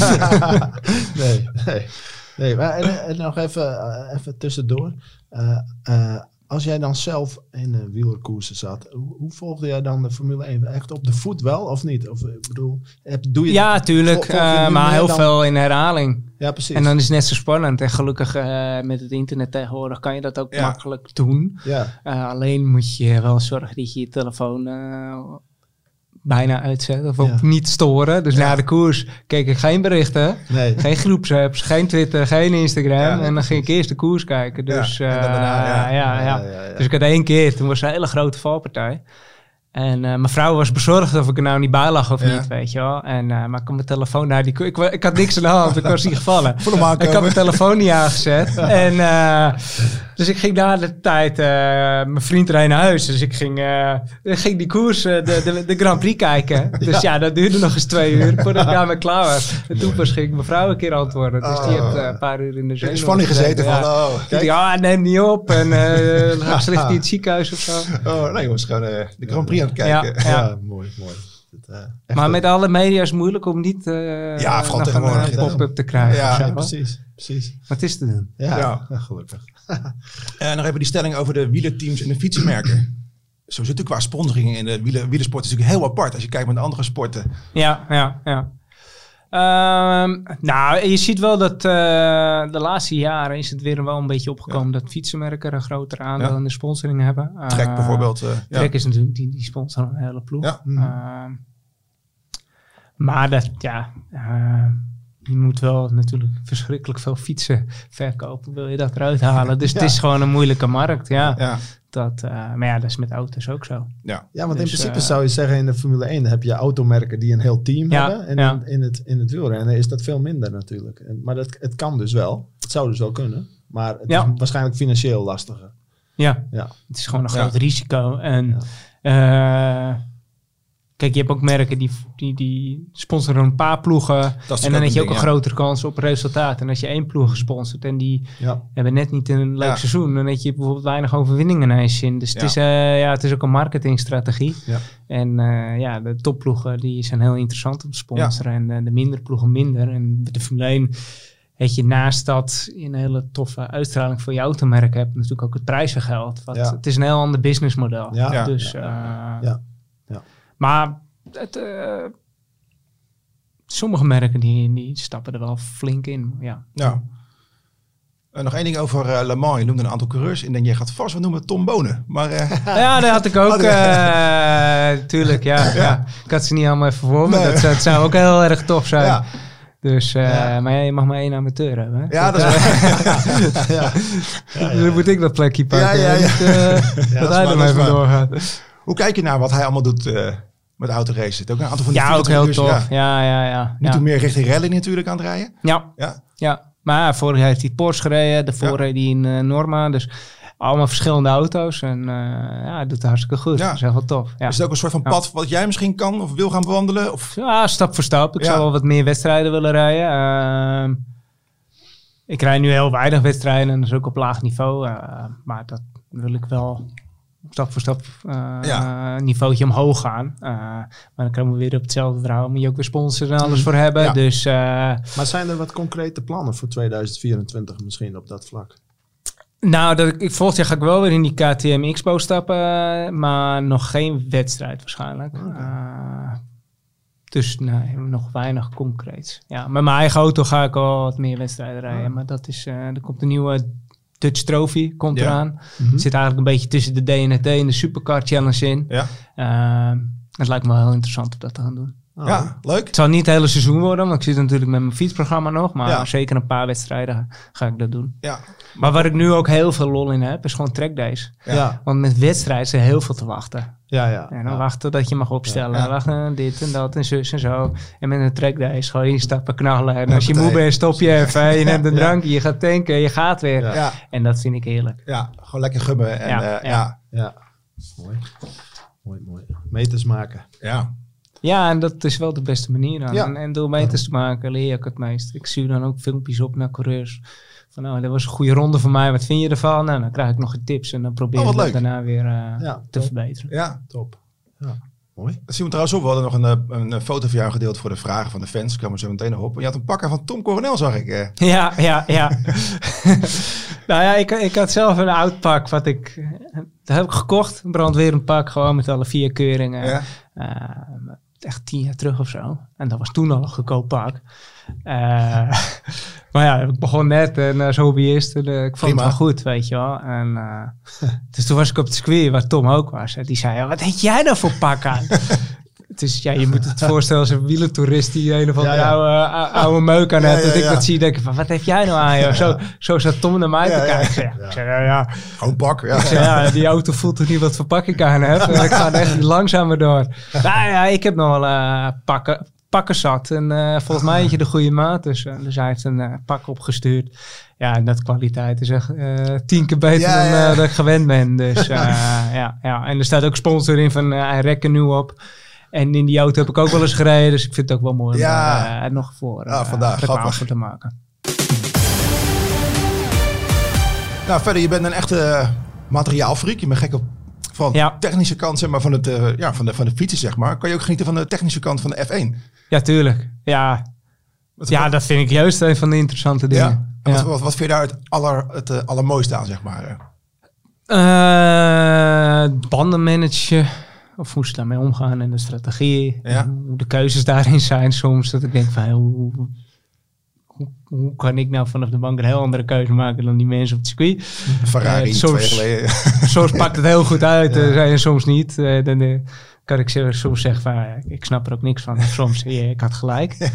Speaker 4: Nee. Maar en nog even tussendoor. Als jij dan zelf in een wielerkoersen zat, hoe volgde jij dan de Formule 1? Echt op de voet wel of niet? Of ik bedoel, doe je...
Speaker 1: Ja, tuurlijk, maar heel veel in herhaling.
Speaker 4: Ja, precies.
Speaker 1: En dan is het net zo spannend. En gelukkig met het internet tegenwoordig kan je dat ook makkelijk doen. Ja. Alleen moet je wel zorgen dat je je telefoon bijna uitzetten of ook niet storen. Dus na de koers keek ik geen berichten, geen groepsapps, geen Twitter, geen Instagram. En dan ging ik eerst de koers kijken. Dus, dus ik had 1 keer, toen was een hele grote valpartij. En mijn vrouw was bezorgd of ik er nou niet bij lag of niet, weet je wel. En, maar ik had mijn telefoon naar ik had niks aan de hand, ik was niet gevallen. Ik had mijn telefoon niet aangezet. En dus ik ging na de tijd, mijn vriend reed naar huis. Dus ik ging die koers, de Grand Prix kijken. Dus dat duurde nog eens 2 uur voordat ik daarmee klaar was. En toen pas ging mijn vrouw een keer antwoorden. Dus die heeft een paar uur in de zee.
Speaker 3: Is funny gezeten van,
Speaker 1: neem niet op. En ligt hij in het ziekenhuis of zo.
Speaker 3: Nee jongens, gewoon de Grand Prix aan het kijken.
Speaker 4: Ja, mooi.
Speaker 1: Maar met alle media is het moeilijk om niet nog een pop-up te krijgen.
Speaker 4: Ja, precies.
Speaker 1: Wat is te doen?
Speaker 4: Ja, gelukkig.
Speaker 3: Nog even die stelling over de wielerteams en de fietsenmerken. Zo zit natuurlijk qua sponsoring in de wielersport is natuurlijk heel apart als je kijkt met de andere sporten.
Speaker 1: Ja. Nou, je ziet wel dat de laatste jaren is het weer wel een beetje opgekomen dat fietsenmerken een groter aandeel in de sponsoring hebben.
Speaker 3: Trek bijvoorbeeld.
Speaker 1: Trek is natuurlijk die sponsoren een hele ploeg. Ja. Maar je moet wel natuurlijk verschrikkelijk veel fietsen verkopen. Wil je dat eruit halen? Dus het is gewoon een moeilijke markt. Ja. Maar dat is met auto's ook zo.
Speaker 4: Ja, want in principe zou je zeggen in de Formule 1 heb je automerken die een heel team hebben. En in het wielrennen is dat veel minder natuurlijk. Maar het kan dus wel. Het zou dus wel kunnen. Maar het is waarschijnlijk financieel lastiger.
Speaker 1: Ja, het is gewoon een groot risico. En kijk, je hebt ook merken die sponsoren een paar ploegen. En dan heb je ook een grotere kans op resultaat. En als je 1 ploeg gesponsord en die hebben net niet een leuk seizoen, dan heb je bijvoorbeeld weinig overwinningen naar je zin. Dus het is ook een marketingstrategie. Ja. En de topploegen die zijn heel interessant om te sponsoren. En de mindere ploegen minder. En de Formule 1 weet je, naast dat je een hele toffe uitstraling voor je automerk hebt, natuurlijk ook het prijzengeld. Het is een heel ander businessmodel. Ja. Dus maar sommige merken die stappen er wel flink in. Ja.
Speaker 3: Nog 1 ding over Le Mans. Je noemde een aantal coureurs. Ik denk, jij gaat vast wat noemen Tom Bonen. Maar,
Speaker 1: dat had ik ook. Tuurlijk, ja. Ik had ze niet allemaal even voor me. Nee. Dat zou ook heel erg tof zijn. Ja. Dus, maar je mag maar 1 amateur hebben. Hè?
Speaker 3: Ja, dat is
Speaker 1: Dus dan moet ik dat plekje pakken. Dat hij er maar vandoor gaat.
Speaker 3: Hoe kijk je naar wat hij allemaal doet met autoracen. Het ook een aantal van die
Speaker 1: ook heel
Speaker 3: uur,
Speaker 1: tof. Ja.
Speaker 3: Nu meer richting rally natuurlijk aan het rijden.
Speaker 1: Ja. Maar vorig jaar heeft hij Porsche gereden. Daarvoor reed hij in Norma. Dus allemaal verschillende auto's. En hij doet het hartstikke goed. Dat is echt wel tof. Ja.
Speaker 3: Is het ook een soort van pad wat jij misschien kan of wil gaan bewandelen? Of?
Speaker 1: Ja, stap voor stap. Ik zou wel wat meer wedstrijden willen rijden. Ik rijd nu heel weinig wedstrijden. En dat is ook op laag niveau. Maar dat wil ik wel stap voor stap niveautje omhoog gaan. Maar dan komen we weer op hetzelfde verhaal. Moet je ook weer sponsors en alles voor hebben. Ja. Dus,
Speaker 4: maar zijn er wat concrete plannen voor 2024 misschien op dat vlak?
Speaker 1: Nou, volgend jaar ga ik wel weer in die KTM Expo stappen. Maar nog geen wedstrijd waarschijnlijk. Dus nee, nog weinig concreets. Ja, met mijn eigen auto ga ik al wat meer wedstrijden rijden. Maar dat is, er komt een nieuwe Dutch Trophy komt eraan. Het zit eigenlijk een beetje tussen de DNT en de Supercar Challenge in. Het lijkt me wel heel interessant om dat te gaan doen.
Speaker 3: Ja, leuk.
Speaker 1: Het zal niet het hele seizoen worden, want ik zit natuurlijk met mijn fietsprogramma nog. Maar zeker een paar wedstrijden ga ik dat doen. Ja. Maar waar ik nu ook heel veel lol in heb, is gewoon trackdays. Ja. Want met wedstrijden is er heel veel te wachten. En dan wachten dat je mag opstellen. Wachten dit en dat en zus en zo. En met een trackdays gewoon instappen, knallen. En als je moe bent, stop je even. Je neemt een drankje, je gaat tanken, je gaat weer. En dat vind ik heerlijk.
Speaker 3: Ja, gewoon lekker gummen. En,
Speaker 4: Mooi. Meters maken.
Speaker 1: Ja, en dat is wel de beste manier aan. En door meters te maken leer ik het meest. Ik stuur dan ook filmpjes op naar coureurs. Van dat was een goede ronde voor mij. Wat vind je ervan? Nou, dan krijg ik nog tips en dan probeer ik het daarna weer te verbeteren.
Speaker 3: Ja, top. Ja, mooi. Dat zien we trouwens op. We hadden nog een foto van jou gedeeld voor de vragen van de fans. Ik kwam er zo meteen nog op. Je had een pakker van Tom Coronel, zag ik.
Speaker 1: Ja. Nou ja, ik had zelf een oud pak. Dat heb ik gekocht. Een brandweerend pak. Gewoon met alle 4 keuringen. Echt 10 jaar terug of zo. En dat was toen al een goedkoop pak. Maar ja, ik begon net en als hobbyist. En, ik vond het wel goed, weet je wel. En, dus toen was ik op het circuit, waar Tom ook was. En die zei, wat heb jij nou voor pak aan? Dus je moet het voorstellen als een wielertoerist die een of andere oude meuk aan heeft. Dat ik dat zie, denk ik van, wat heb jij nou aan? Joh? Zo zat Tom naar mij te kijken. Ik zei,
Speaker 3: gewoon pak.
Speaker 1: Ik zei, die auto voelt toch niet wat voor pak ik aan heb? Ik ga er echt langzamer door. Ik heb nog wel pakken zat. En volgens mij had je de goede maat. Dus hij heeft een pak opgestuurd. Ja, en dat kwaliteit is echt 10 keer beter dan dat ik gewend ben. Dus En er staat ook sponsor in van hij rekt er nu op. En in die auto heb ik ook wel eens gereden. Dus ik vind het ook wel mooi om nog voor
Speaker 3: vandaag
Speaker 1: te maken.
Speaker 3: Nou, verder, je bent een echte materiaalfreak. Je bent gek op van technische kant, zeg maar, van de fietsen, zeg maar. Kan je ook genieten van de technische kant van de F1?
Speaker 1: Ja, tuurlijk. Ja, dat vind ik juist een van de interessante dingen.
Speaker 3: Wat vind je daar het allermooiste aan, zeg maar?
Speaker 1: Banden managen. Of hoe ze daarmee omgaan en de strategie. Hoe de keuzes daarin zijn soms. Dat ik denk van, hoe kan ik nou vanaf de bank een heel andere keuze maken dan die mensen op het circuit?
Speaker 3: Ferrari
Speaker 1: soms pakt het heel goed uit en soms niet. Dan kan ik soms zeggen van, ik snap er ook niks van. Soms, ik had gelijk.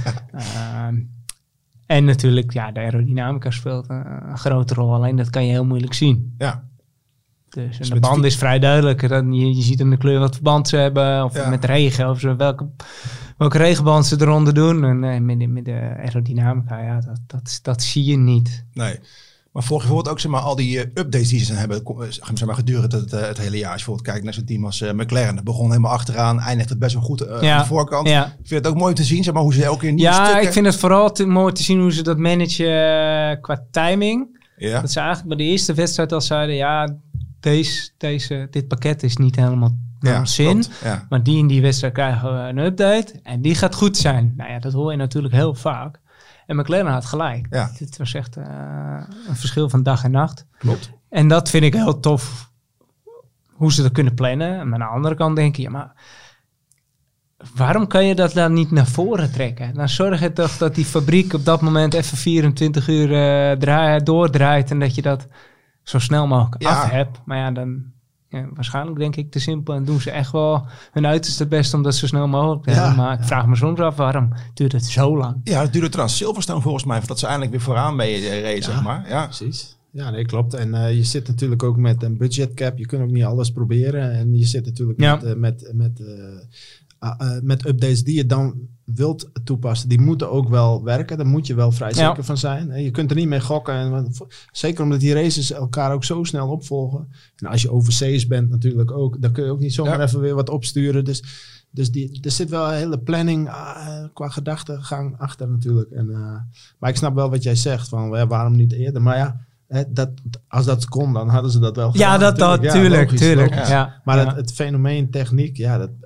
Speaker 1: En natuurlijk, de aerodynamica speelt een grote rol. Alleen dat kan je heel moeilijk zien. Ja. Dus, en de band is vrij duidelijk. Je ziet in de kleur wat verband ze hebben. Of met regen. Of welke regenband ze eronder doen. En met de aerodynamica, dat zie je niet.
Speaker 3: Nee. Maar volg je bijvoorbeeld ook zeg maar, al die updates die ze hebben zeg maar, gedurende het hele jaar. Als je bijvoorbeeld kijkt naar zo'n team als McLaren. Dat begon helemaal achteraan. Eindigde best wel goed aan de voorkant. Ja. Vind je het ook mooi te zien? Zeg maar, hoe ze elke keer nieuwe stukken...
Speaker 1: ik vind het vooral mooi te zien hoe ze dat managen qua timing. Ja. Dat ze eigenlijk bij de eerste wedstrijd al zeiden... dit pakket is niet helemaal zin. Ja. Maar die in die wedstrijd krijgen we een update. En die gaat goed zijn. Nou ja, dat hoor je natuurlijk heel vaak. En McLaren had gelijk. Ja. Het was echt een verschil van dag en nacht.
Speaker 3: Klopt.
Speaker 1: En dat vind ik heel tof. Hoe ze dat kunnen plannen. En aan de andere kant denk je... maar waarom kan je dat dan niet naar voren trekken? Dan zorg je toch dat die fabriek op dat moment even 24 uur doordraait. En dat je dat zo snel mogelijk af hebt. Maar dan... waarschijnlijk denk ik te simpel en doen ze echt wel hun uiterste best om dat zo snel mogelijk te hebben. Maar ik vraag me soms af, waarom duurt het zo lang?
Speaker 3: Ja, dat duurde trouwens Silverstone volgens mij, dat ze eindelijk weer vooraan mee reden, zeg maar. Ja,
Speaker 4: precies. Ja, nee, klopt. En je zit natuurlijk ook met een budgetcap. Je kunt ook niet alles proberen. En je zit natuurlijk met met updates die je dan wilt toepassen, die moeten ook wel werken. Daar moet je wel vrij zeker van zijn. Je kunt er niet mee gokken. Zeker omdat die races elkaar ook zo snel opvolgen. En als je overseas bent natuurlijk ook, dan kun je ook niet zomaar even weer wat opsturen. Dus er zit wel een hele planning qua gedachtegang achter natuurlijk. Maar ik snap wel wat jij zegt, van waarom niet eerder? Maar ja, als dat kon, dan hadden ze dat wel gedaan.
Speaker 1: Ja, tuurlijk. Ja.
Speaker 4: Maar het fenomeen techniek,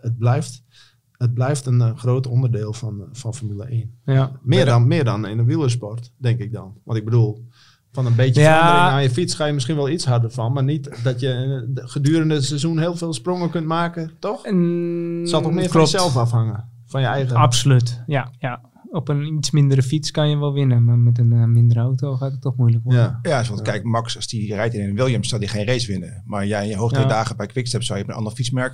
Speaker 4: het blijft een groot onderdeel van Formule 1. Ja. Meer dan in de wielersport, denk ik dan. Want ik bedoel, van een beetje verandering aan je fiets ga je misschien wel iets harder van. Maar niet dat je gedurende het seizoen heel veel sprongen kunt maken, toch? Het zal toch meer van jezelf afhangen? Van je eigen...
Speaker 1: Absoluut, ja. Op een iets mindere fiets kan je wel winnen. Maar met een mindere auto gaat het toch moeilijk worden.
Speaker 3: Ja, want kijk, Max, als die rijdt in een Williams, zou die geen race winnen. Maar jij in je hoogtijdagen bij Quickstep zou je met een ander fietsmerk...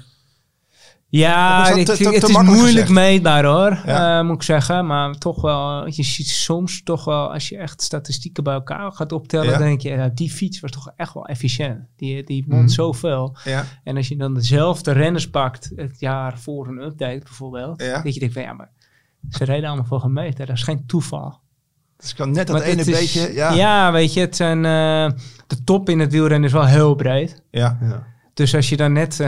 Speaker 1: Ja, het is moeilijk meetbaar hoor, moet ik zeggen. Maar toch wel, je ziet soms toch wel, als je echt statistieken bij elkaar gaat optellen, dan denk je, die fiets was toch echt wel efficiënt. Die won zoveel. Ja. En als je dan dezelfde renners pakt, het jaar voor een update bijvoorbeeld, dat je denkt van maar ze reden allemaal voor gemeten. Dat is geen toeval.
Speaker 3: Dus kan net dat ene beetje...
Speaker 1: Ja, weet je, het zijn, de top in het wielrennen is wel heel breed. Ja. Dus als je dan net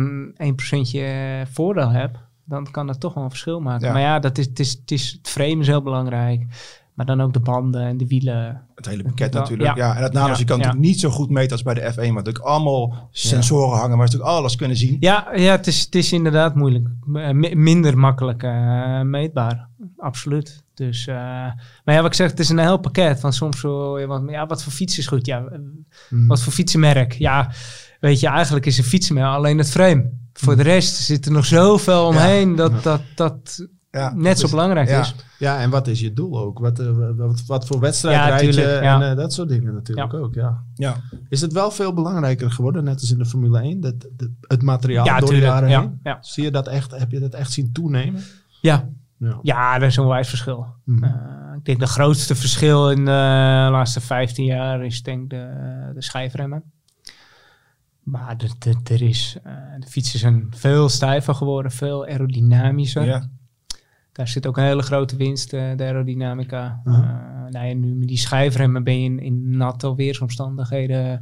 Speaker 1: 1% voordeel hebt, dan kan dat toch wel een verschil maken. Ja. Maar ja, het frame is heel belangrijk. Maar dan ook de banden en de wielen.
Speaker 3: Het hele pakket natuurlijk. Ja. En het nadeel is, je kan natuurlijk niet zo goed meten als bij de F1. Want natuurlijk allemaal sensoren hangen, maar ze natuurlijk alles kunnen zien.
Speaker 1: Ja, het is inderdaad moeilijk. Minder makkelijk meetbaar. Absoluut. Dus, maar wat ik zeg, het is een heel pakket. Van soms wat voor fiets is goed? Wat voor fietsenmerk? Ja, weet je, eigenlijk is een fietsenmerk alleen het frame. Voor de rest zit er nog zoveel omheen dat net zo belangrijk is.
Speaker 4: Ja, en wat is je doel ook? Wat voor wedstrijd rijd je? En dat soort dingen natuurlijk ook, ja. Is het wel veel belangrijker geworden, net als in de Formule 1? Het materiaal door de jaren heen? Ja. Zie je dat echt? Heb je dat echt zien toenemen?
Speaker 1: Ja, dat is een wijs verschil. Ik denk de grootste verschil in de laatste 15 jaar is denk ik de schijfremmen. Maar de fietsen zijn veel stijver geworden, veel aerodynamischer. Ja. Daar zit ook een hele grote winst, de aerodynamica. Nu met die schijfremmen ben je in natte weersomstandigheden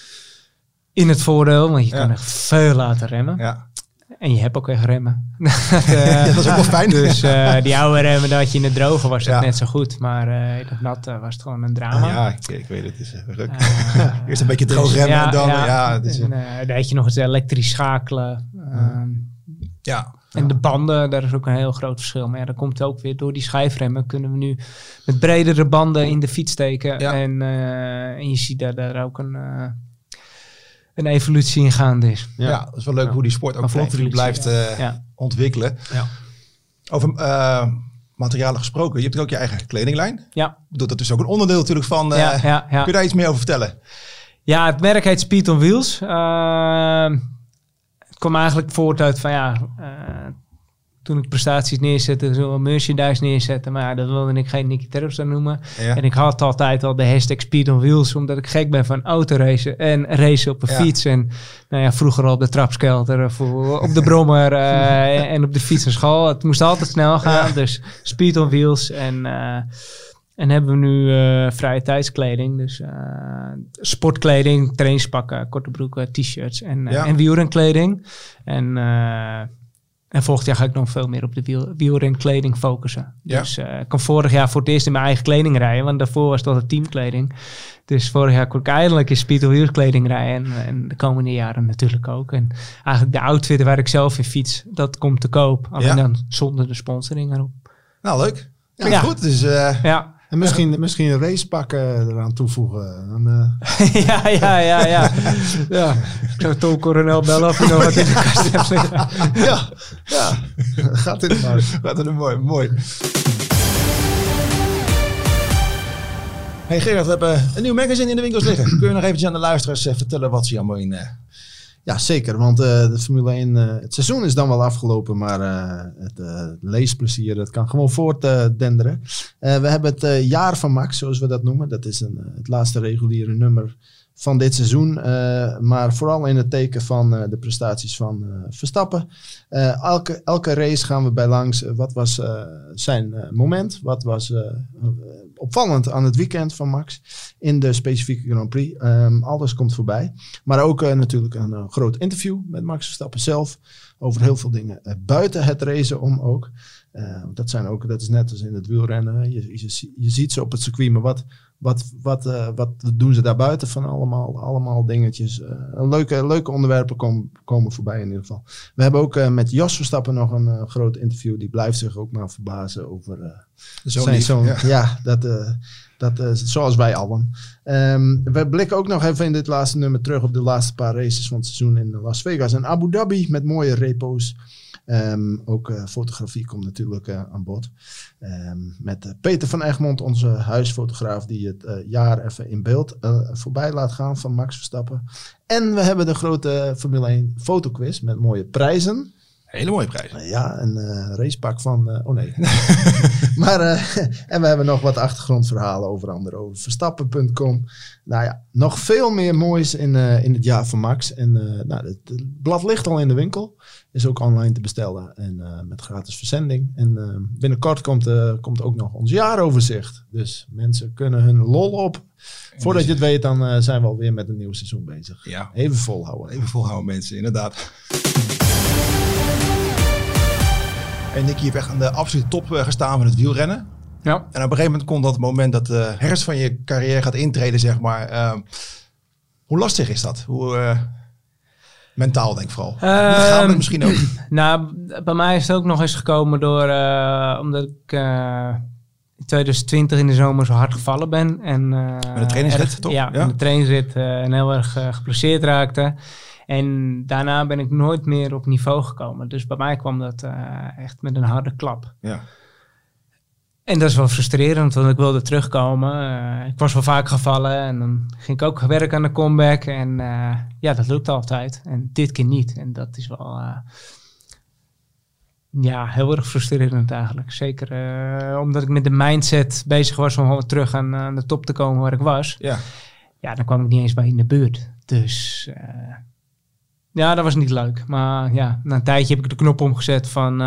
Speaker 1: in het voordeel. Want je kan echt veel laten remmen. Ja. En je hebt ook echt remmen.
Speaker 3: Dat is ook wel fijn.
Speaker 1: Dus die oude remmen, dat je in het droge was het net zo goed. Maar in het natte was het gewoon een drama.
Speaker 3: Ja, ik weet het. Het is ruk. Eerst een beetje droog remmen en dan...
Speaker 1: dan had je nog eens elektrisch schakelen. En de banden, daar is ook een heel groot verschil. Maar dat komt ook weer door die schijfremmen. Kunnen we nu met bredere banden in de fiets steken. Ja. En je ziet daar ook een evolutie in gaande is.
Speaker 3: Ja, dat is wel leuk hoe die sport ook continu blijft ontwikkelen. Ja. Over materialen gesproken, je hebt ook je eigen kledinglijn. Ja. Dat is ook een onderdeel natuurlijk van... Kun je daar iets meer over vertellen?
Speaker 1: Ja, het merk heet Speed on Wheels. Het kwam eigenlijk voort uit van toen ik prestaties neerzette, zo merchandise neerzetten. Maar dat wilde ik geen Nicky Terpstra noemen. Ja. En ik had altijd al de hashtag Speed on Wheels, omdat ik gek ben van autoracen en racen op een fiets. En vroeger al op de trapskelter of op de brommer en op de fiets naar school. Het moest altijd snel gaan, dus Speed on Wheels. En hebben we nu vrije tijdskleding. Dus sportkleding, trainingspakken, korte broeken, t-shirts en wielrenkleding. En volgend jaar ga ik nog veel meer op de wielrenkleding focussen. Ja. Dus ik kon vorig jaar voor het eerst in mijn eigen kleding rijden. Want daarvoor was het altijd teamkleding. Dus vorig jaar kon ik eindelijk in Speed on Wheels kleding rijden. En de komende jaren natuurlijk ook. En eigenlijk de outfit waar ik zelf in fiets, dat komt te koop. Alleen dan zonder de sponsoring erop.
Speaker 3: Nou, leuk. Klinkt goed. Dus,
Speaker 4: en misschien een racepakken eraan toevoegen. Dan,
Speaker 1: Ja. Ik zou Tom Coronel bellen of je nog wat in de kast hebt liggen.
Speaker 3: Ja. Gaat in mooi. Hey Gerard, we hebben een nieuw magazine in de winkels liggen. Kun je nog eventjes aan de luisteraars vertellen wat ze allemaal in...
Speaker 4: Ja, zeker. Want de Formule 1, het seizoen is dan wel afgelopen, maar het leesplezier, dat kan gewoon voortdenderen. We hebben het jaar van Max, zoals we dat noemen. Dat is het laatste reguliere nummer van dit seizoen. Maar vooral in het teken van de prestaties van Verstappen. Elke race gaan we bij langs. Wat was zijn moment? Wat was opvallend aan het weekend van Max in de specifieke Grand Prix? Alles komt voorbij. Maar ook natuurlijk een groot interview met Max Verstappen zelf. Over heel veel dingen buiten het racen om ook. Dat is net als in het wielrennen. Je ziet ze op het circuit, maar wat doen ze daar buiten van allemaal dingetjes. Leuke onderwerpen komen voorbij in ieder geval. We hebben ook met Jos Verstappen nog een groot interview. Die blijft zich ook maar verbazen over zijn zoon. Ja, dat zoals wij allen. We blikken ook nog even in dit laatste nummer terug op de laatste paar races van het seizoen in Las Vegas en Abu Dhabi met mooie repo's. Ook fotografie komt natuurlijk aan bod. Met Peter van Egmond, onze huisfotograaf, die het jaar even in beeld voorbij laat gaan van Max Verstappen. En we hebben de grote Formule 1 fotoquiz met mooie prijzen.
Speaker 3: Hele mooie prijzen.
Speaker 4: Ja, een racepak van... Maar, en we hebben nog wat achtergrondverhalen over andere over Verstappen.com. Nou ja, nog veel meer moois in het jaar van Max. En het blad ligt al in de winkel. Is ook online te bestellen en met gratis verzending. En binnenkort komt ook nog ons jaaroverzicht. Dus mensen kunnen hun lol op. Voordat je het weet, dan zijn we alweer met een nieuw seizoen bezig.
Speaker 3: Ja.
Speaker 4: Even volhouden.
Speaker 3: Even volhouden mensen, inderdaad. En Nicky heeft echt aan de absolute top gestaan van het wielrennen.
Speaker 1: Ja.
Speaker 3: En op een gegeven moment komt dat het moment dat de herfst van je carrière gaat intreden, zeg maar. Hoe lastig is dat? Hoe mentaal denk ik vooral. Lichamelijk misschien ook.
Speaker 1: Nou, bij mij is het ook nog eens gekomen door omdat ik in 2020 in de zomer zo hard gevallen ben. En,
Speaker 3: met de trainingsrit, toch?
Speaker 1: Ja, in de trainingsrit en heel erg geblesseerd raakte. En daarna ben ik nooit meer op niveau gekomen. Dus bij mij kwam dat echt met een harde klap.
Speaker 3: Ja.
Speaker 1: En dat is wel frustrerend, want ik wilde terugkomen. Ik was wel vaak gevallen en dan ging ik ook werken aan de comeback. En dat lukt altijd. En dit keer niet. En dat is wel heel erg frustrerend eigenlijk. Zeker omdat ik met de mindset bezig was om gewoon terug aan de top te komen waar ik was.
Speaker 3: Ja.
Speaker 1: Ja, dan kwam ik niet eens bij in de buurt. Dus... dat was niet leuk. Maar ja, na een tijdje heb ik de knop omgezet van...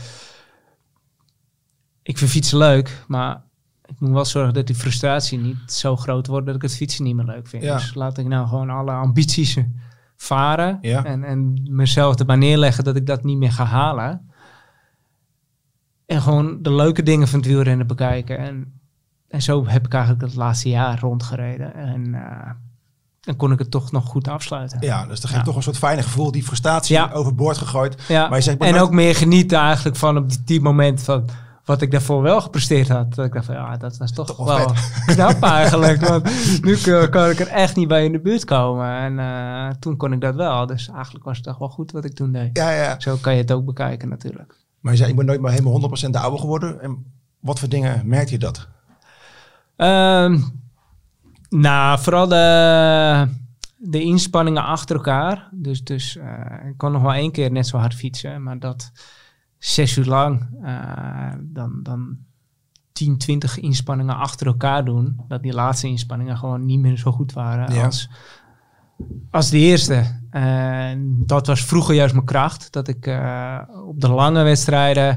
Speaker 1: ik vind fietsen leuk, maar ik moet wel zorgen dat die frustratie niet zo groot wordt dat ik het fietsen niet meer leuk vind. Ja. Dus laat ik nou gewoon alle ambities varen en mezelf erbij neerleggen dat ik dat niet meer ga halen. En gewoon de leuke dingen van het wielrennen bekijken. En zo heb ik eigenlijk het laatste jaar rondgereden. En kon ik het toch nog goed afsluiten.
Speaker 3: Ja, dus dan geeft toch een soort fijne gevoel, die frustratie overboord gegooid.
Speaker 1: Ja. Maar je zegt, ook meer genieten eigenlijk van op die moment van wat ik daarvoor wel gepresteerd had. Dat ik dacht van dat was toch wel knap eigenlijk. Want nu kan ik er echt niet bij in de buurt komen. En toen kon ik dat wel. Dus eigenlijk was het toch wel goed wat ik toen deed.
Speaker 3: Ja.
Speaker 1: Zo kan je het ook bekijken natuurlijk.
Speaker 3: Maar je zei, ik ben nooit maar helemaal 100% ouder geworden. En wat voor dingen merkte je dat? Vooral de inspanningen achter elkaar. Dus ik kon nog wel 1 keer net zo hard fietsen. Maar dat 6 uur lang dan 10, 20 inspanningen achter elkaar doen. Dat die laatste inspanningen gewoon niet meer zo goed waren als de eerste. Dat was vroeger juist mijn kracht. Dat ik op de lange wedstrijden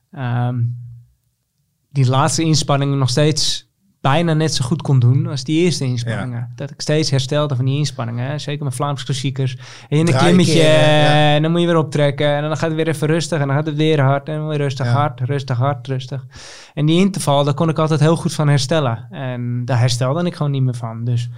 Speaker 3: die laatste inspanningen nog steeds bijna net zo goed kon doen als die eerste inspanningen. Ja. Dat ik steeds herstelde van die inspanningen. Hè? Zeker met Vlaamse klassiekers. En in een klimmetje en dan moet je weer optrekken. En dan gaat het weer even rustig. En dan gaat het weer hard. En dan weer rustig, rustig. En die interval, daar kon ik altijd heel goed van herstellen. En daar herstelde ik gewoon niet meer van. Dus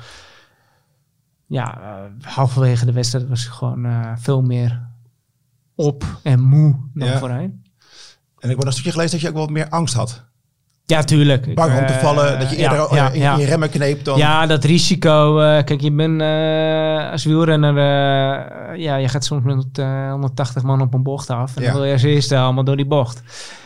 Speaker 3: halverwege de wedstrijd was ik gewoon veel meer op en moe dan voorheen. En ik heb een stukje gelezen dat je ook wel meer angst had.
Speaker 1: Ja, tuurlijk.
Speaker 3: Bang om te vallen, dat je eerder in je remmen kneept dan...
Speaker 1: Ja, dat risico. Kijk, je bent als wielrenner... je gaat soms met 180 man op een bocht af. En dan wil je als eerste allemaal door die bocht.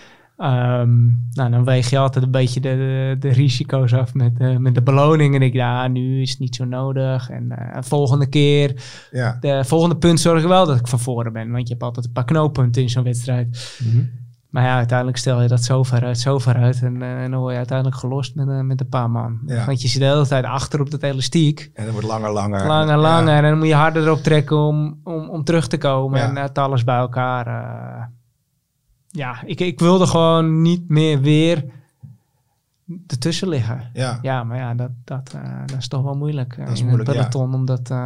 Speaker 1: Dan weeg je altijd een beetje de risico's af met de beloning. En ik nu is het niet zo nodig. En volgende keer... De volgende punt zorg ik wel dat ik van voren ben. Want je hebt altijd een paar knooppunten in zo'n wedstrijd. Mm-hmm. Maar ja, uiteindelijk stel je dat zo ver uit. En dan word je uiteindelijk gelost met een paar man.
Speaker 3: Ja.
Speaker 1: Want je zit de hele tijd achter op dat elastiek.
Speaker 3: En het wordt langer.
Speaker 1: Langer. En dan moet je harder erop trekken om terug te komen.
Speaker 3: Ja.
Speaker 1: En het alles bij elkaar. Ik wilde gewoon niet meer weer ertussen liggen.
Speaker 3: Ja.
Speaker 1: Ja, maar ja, dat is toch wel moeilijk.
Speaker 3: Dat is
Speaker 1: in
Speaker 3: moeilijk,
Speaker 1: een peloton,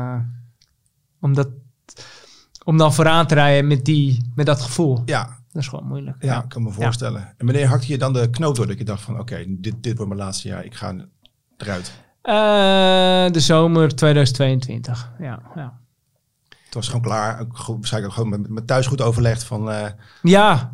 Speaker 1: om dan vooraan te rijden met dat gevoel.
Speaker 3: Ja.
Speaker 1: Dat is gewoon moeilijk.
Speaker 3: Ja, ik kan me voorstellen. Ja. En wanneer hakte je dan de knoop door dat je dacht van oké, dit wordt mijn laatste jaar, ik ga eruit?
Speaker 1: De zomer 2022, ja.
Speaker 3: Het was gewoon klaar. Waarschijnlijk ook gewoon met thuis goed overlegd van...
Speaker 1: Ja.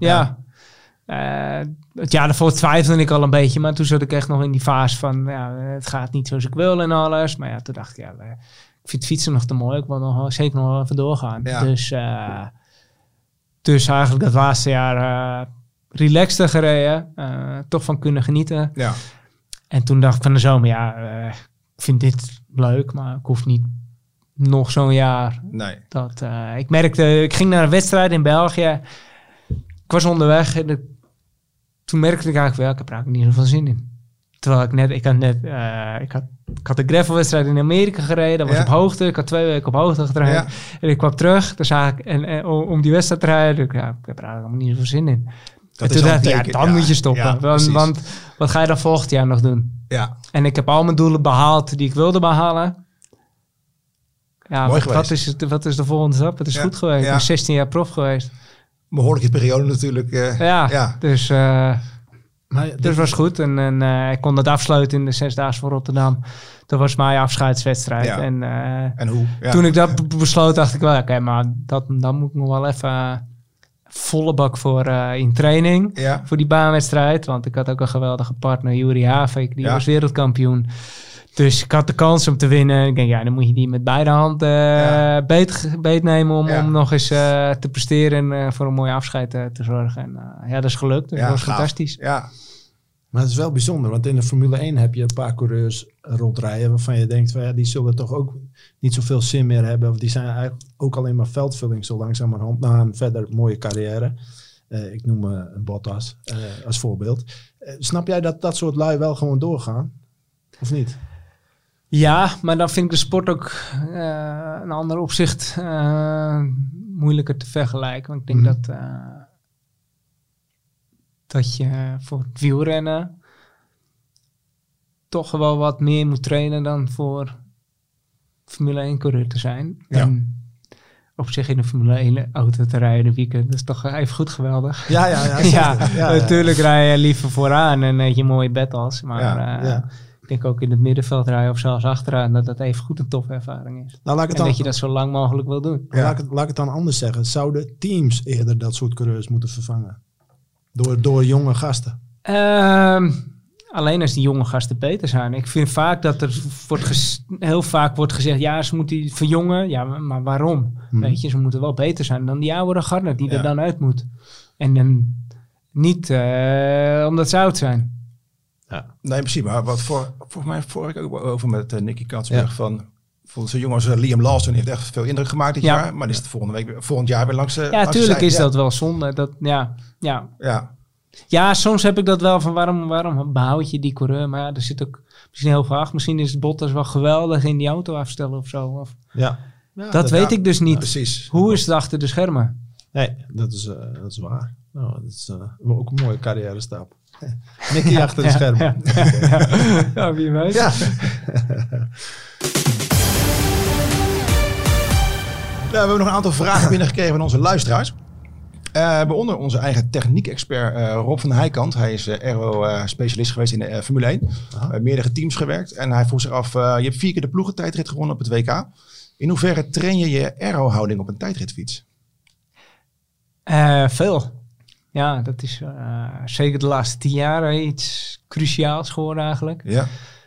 Speaker 1: Het jaar daarvoor twijfelde ik al een beetje, maar toen zat ik echt nog in die fase van, het gaat niet zoals ik wil en alles. Maar ja, toen dacht ik, ik vind fietsen nog te mooi. Ik wil zeker nog even doorgaan. Ja. Dus eigenlijk dat laatste jaar relaxter gereden. Toch van kunnen genieten. Ja. En toen dacht ik van de zomer, ik vind dit leuk, maar ik hoef niet nog zo'n jaar.
Speaker 3: Nee.
Speaker 1: Ik merkte, ik ging naar een wedstrijd in België. Ik was onderweg en toen merkte ik eigenlijk wel, ik heb er eigenlijk niet zoveel zin in. Terwijl ik had een gravelwedstrijd in Amerika gereden. Dat was op hoogte. Ik had 2 weken op hoogte getraind. Ja. En ik kwam terug. Dus eigenlijk, om die wedstrijd te rijden. Ik heb er eigenlijk niet zoveel zin in. En toen dacht ik, dan moet je stoppen. Ja, want wat ga je dan volgend jaar nog doen? Ja. En ik heb al mijn doelen behaald die ik wilde behalen. Ja, wat is de volgende stap? Het is goed geweest. Ik ben 16 jaar prof geweest.
Speaker 3: Behoorlijke periode natuurlijk.
Speaker 1: Dus... Maar dus was goed. En ik kon dat afsluiten in de 6-daagse van Rotterdam. Dat was mijn afscheidswedstrijd. Ja.
Speaker 3: En hoe? Ja.
Speaker 1: Toen ik dat besloot, dacht ik wel, oké, maar dan moet ik nog wel even volle bak voor in training. Ja. Voor die baanwedstrijd. Want ik had ook een geweldige partner, Juri Havik. Die was wereldkampioen. Dus ik had de kans om te winnen. Ik denk, dan moet je die met beide handen beet nemen om nog eens te presteren en voor een mooi afscheid te zorgen. En dat is gelukt. Dat was fantastisch.
Speaker 4: Ja. Maar het is wel bijzonder, want in de Formule 1 heb je een paar coureurs rondrijden waarvan je denkt, van, die zullen toch ook niet zoveel zin meer hebben. Of die zijn eigenlijk ook alleen maar veldvulling zo langzamerhand na een verder mooie carrière. Ik noem een Bottas als voorbeeld. Snap jij dat soort lui wel gewoon doorgaan? Of niet?
Speaker 1: Ja, maar dan vind ik de sport ook een ander opzicht moeilijker te vergelijken. Want ik denk dat je voor het wielrennen toch wel wat meer moet trainen dan voor Formule 1 coureur te zijn. Ja. En op zich in de Formule 1 auto te rijden een weekend, dat is toch even goed geweldig. Ja, natuurlijk rij je liever vooraan en je mooie battles, maar... Ik denk ook in het middenveld rijden of zelfs achteraan dat even goed een toffe ervaring is. Nou, dat je dat zo lang mogelijk wil doen.
Speaker 4: Ja. Laat ik het dan anders zeggen. Zouden teams eerder dat soort coureurs moeten vervangen? Door jonge gasten?
Speaker 1: Alleen als die jonge gasten beter zijn. Ik vind vaak dat er heel vaak wordt gezegd, ze moeten die verjongen. Ja, maar waarom? Weet je, ze moeten wel beter zijn dan die oude garde die er dan uit moet. En dan niet omdat ze oud zijn.
Speaker 3: Ja. Nee, precies. Maar wat volgens mij vorige week ook over met Nicky Katsberg van zo'n jongen als Liam Lawson heeft echt veel indruk gemaakt dit jaar. Maar die is het volgend jaar weer langs
Speaker 1: tuurlijk is dat wel zonde. Ja, soms heb ik dat wel van waarom behoud je die coureur? Maar er zit ook misschien heel veel achter. Misschien is Bottas wel geweldig in die auto afstellen of zo. Of, dat weet ik dus niet.
Speaker 3: Precies.
Speaker 1: Hoe is het achter de schermen?
Speaker 4: Nee, dat is waar. Nou, dat is ook een mooie carrière stap. Nicky achter de schermen.
Speaker 1: Ja, wie weet.
Speaker 3: Ja. We hebben nog een aantal vragen binnengekregen van onze luisteraars. Waaronder onze eigen techniek-expert Rob van Heijkant. Hij is aero-specialist geweest in de Formule 1. Meerdere teams gewerkt. En hij vroeg zich af, je hebt 4 keer de ploegentijdrit gewonnen op het WK. In hoeverre train je je aero-houding op een tijdritfiets?
Speaker 1: Veel. Ja, dat is zeker de laatste 10 jaar iets cruciaals geworden eigenlijk. Ja.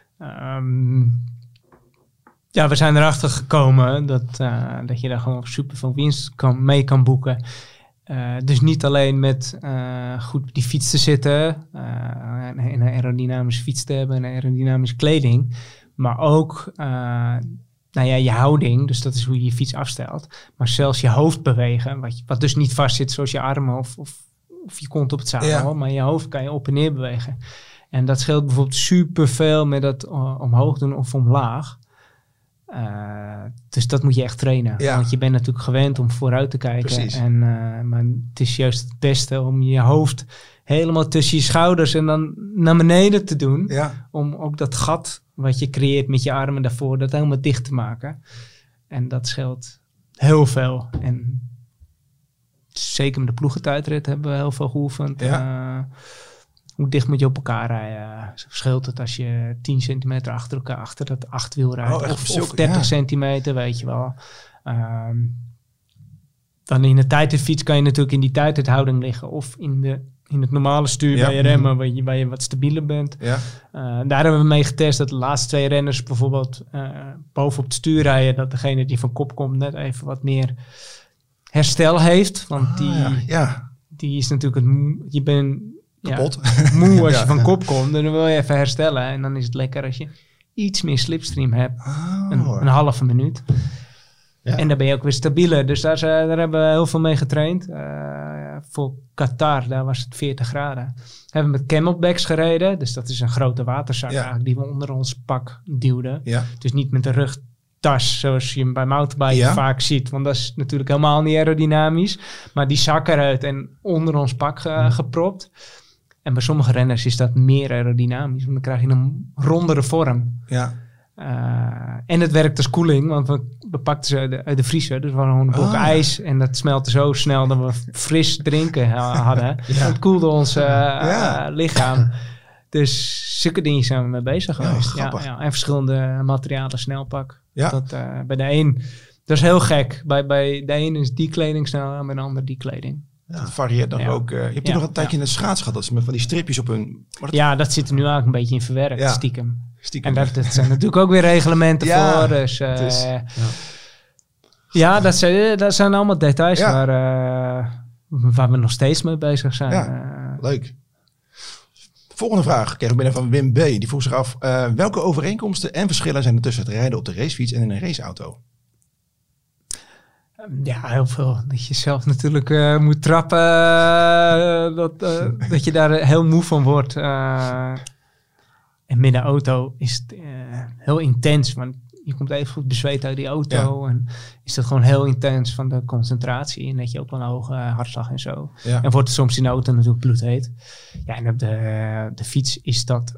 Speaker 1: We zijn erachter gekomen dat je daar gewoon super veel winst mee kan boeken. Dus niet alleen met goed op die fiets te zitten, een aerodynamische fiets te hebben en aerodynamische kleding, maar ook je houding, dus dat is hoe je je fiets afstelt, maar zelfs je hoofd bewegen, wat dus niet vast zit zoals je armen of of je kont op het zadel, maar je hoofd kan je op en neer bewegen. En dat scheelt bijvoorbeeld superveel met dat omhoog doen of omlaag. Dus dat moet je echt trainen.
Speaker 3: Ja.
Speaker 1: Want je bent natuurlijk gewend om vooruit te kijken.
Speaker 3: Precies.
Speaker 1: Maar het is juist het beste om je hoofd helemaal tussen je schouders en dan naar beneden te doen.
Speaker 3: Ja.
Speaker 1: Om ook dat gat wat je creëert met je armen daarvoor, dat helemaal dicht te maken. En dat scheelt heel veel. En zeker met de ploegentijdrit hebben we heel veel geoefend.
Speaker 3: Ja.
Speaker 1: Hoe dicht moet je op elkaar rijden? Scheelt het als je 10 centimeter achter elkaar, achter dat achtwiel rijdt? Of 30 centimeter, weet je wel. Dan in de tijdritfiets kan je natuurlijk in die tijdrithouding liggen. Of in het normale stuur bij je remmen, waar je wat stabieler bent.
Speaker 3: Ja.
Speaker 1: Daar hebben we mee getest dat de laatste 2 renners bijvoorbeeld boven op het stuur rijden. Dat degene die van kop komt net even wat meer herstel heeft. Want die is natuurlijk je bent
Speaker 3: kapot.
Speaker 1: Moe als je van kop komt. Dan wil je even herstellen. En dan is het lekker als je iets meer slipstream hebt. Een halve minuut. Ja. En dan ben je ook weer stabieler. Dus daar hebben we heel veel mee getraind. Voor Qatar, daar was het 40 graden. Hebben we met camelbacks gereden. Dus dat is een grote waterzak eigenlijk, die we onder ons pak duwden. Ja. Dus niet met de rugtas zoals je hem bij mountainbiken vaak ziet. Want dat is natuurlijk helemaal niet aerodynamisch. Maar die zak eruit en onder ons pak gepropt. En bij sommige renners is dat meer aerodynamisch. Want dan krijg je een rondere vorm. Ja. En het werkt als koeling, want we pakten ze uit de vriezer. Dus we hadden gewoon een blok ijs en dat smelte zo snel dat we fris drinken hadden. Het koelde ons lichaam. Dus zulke dingen zijn we mee bezig geweest. En verschillende materialen snelpak. Ja. Dat, bij de een, dat is heel gek. Bij de een is die kleding snel en bij de ander die kleding.
Speaker 3: Ja. Dat varieert dan ook. Je hebt nog een tijdje in de schaats gehad. Dat ze met van die stripjes op hun...
Speaker 1: dat zit er nu eigenlijk een beetje in verwerkt, stiekem. En dat zijn natuurlijk ook weer reglementen voor. Dus, dat zijn allemaal details waar we nog steeds mee bezig zijn.
Speaker 3: Ja, leuk. Volgende vraag kreeg ik binnen van Wim B. Die vroeg zich af, welke overeenkomsten en verschillen zijn er tussen het rijden op de racefiets en in een raceauto?
Speaker 1: Ja, heel veel. Dat je zelf natuurlijk moet trappen. Dat je daar heel moe van wordt. En met de auto is het heel intens. Want je komt even goed bezweet uit die auto. Ja. En is dat gewoon heel intens van de concentratie. En dat je ook wel een hoge hartslag en zo. Ja. En wordt het soms in de auto natuurlijk bloedheet. Ja, en op de fiets is dat...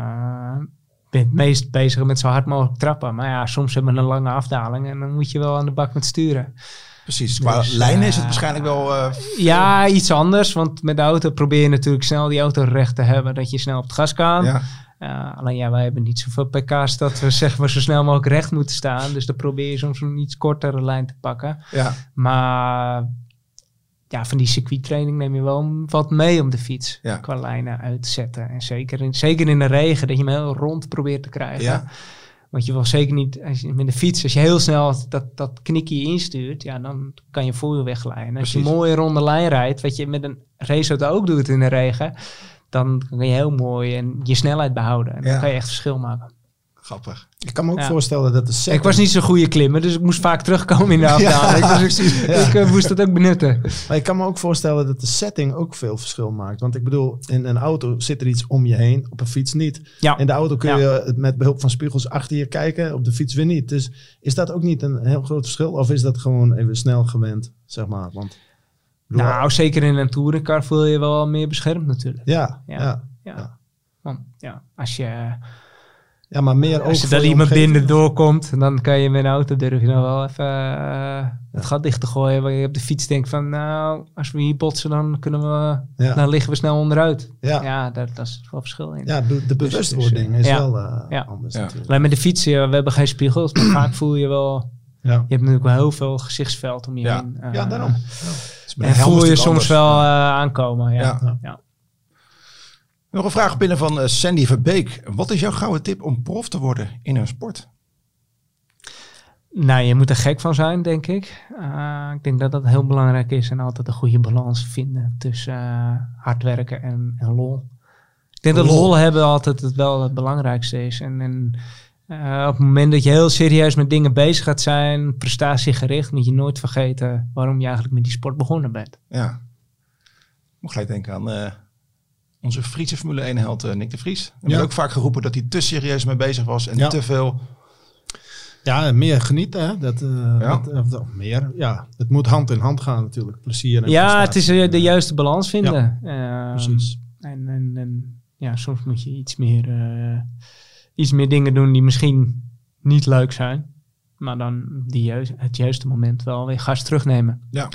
Speaker 1: ben het meest bezig met zo hard mogelijk trappen. Maar ja, soms hebben we een lange afdaling. En dan moet je wel aan de bak met sturen.
Speaker 3: Precies. Qua lijnen is het waarschijnlijk wel...
Speaker 1: Ja, iets anders. Want met de auto probeer je natuurlijk snel die auto recht te hebben. Dat je snel op het gas kan. Ja. Alleen wij hebben niet zoveel pk's dat we zeg maar zo snel mogelijk recht moeten staan. Dus dan probeer je soms een iets kortere lijn te pakken. Ja. Maar van die circuittraining neem je wel wat mee om de fiets. Ja. Qua lijnen uit te zetten. En zeker in de regen, dat je hem heel rond probeert te krijgen. Ja. Want je wil zeker niet, met de fiets, als je heel snel dat knikje instuurt, dan kan je voorwiel wegglijden. En als je een mooie ronde lijn rijdt, wat je met een raceauto ook doet in de regen, dan kan je heel mooi en je snelheid behouden. En dan kan je echt verschil maken.
Speaker 3: Grappig.
Speaker 4: Ik kan me ook voorstellen dat de setting...
Speaker 1: Ik was niet zo'n goede klimmer, dus ik moest vaak terugkomen in de afdaling. Ik moest dat ook benutten.
Speaker 4: Maar ik kan me ook voorstellen dat de setting ook veel verschil maakt. Want ik bedoel, in een auto zit er iets om je heen, op een fiets niet. Ja. In de auto kun je met behulp van spiegels achter je kijken, op de fiets weer niet. Dus is dat ook niet een heel groot verschil? Of is dat gewoon even snel gewend, zeg maar? Want,
Speaker 1: zeker in een touringcar voel je wel meer beschermd natuurlijk.
Speaker 4: Ja.
Speaker 1: Want als je...
Speaker 4: Ja, maar meer
Speaker 1: als je dan iemand binnen doorkomt, dan kan je met een auto durf je nou wel even het gat dicht te gooien. Waar je op de fiets denkt van, als we hier botsen, dan dan liggen we snel onderuit. Ja, daar is wel verschil in.
Speaker 4: Ja, de bewustwording is wel anders natuurlijk.
Speaker 1: Alleen met de fiets, we hebben geen spiegels, maar vaak voel je wel... Ja. Je hebt natuurlijk wel heel veel gezichtsveld om je heen.
Speaker 4: Daarom.
Speaker 1: En voel je soms wel aankomen. Ja.
Speaker 3: Nog een vraag binnen van Sandy Verbeek. Wat is jouw gouden tip om prof te worden in een sport?
Speaker 1: Nou, je moet er gek van zijn, denk ik. Ik denk dat dat heel belangrijk is en altijd een goede balans vinden tussen hard werken en lol. Ik denk dat lol hebben altijd wel het belangrijkste is. En op het moment dat je heel serieus met dingen bezig gaat zijn, prestatiegericht, moet je nooit vergeten waarom je eigenlijk met die sport begonnen bent.
Speaker 3: Ja. moet gelijk denken aan onze Friese Formule 1 held Nick de Vries. Er wordt ook vaak geroepen dat hij te serieus mee bezig was en te veel.
Speaker 4: Ja, meer genieten. Hè? Meer. Ja, het moet hand in hand gaan natuurlijk. Plezier en
Speaker 1: prestatie. Het is de juiste balans vinden.
Speaker 4: Precies.
Speaker 1: En soms moet je iets meer dingen doen die misschien niet leuk zijn. Maar dan het juiste moment wel weer gas terugnemen.
Speaker 3: Ja.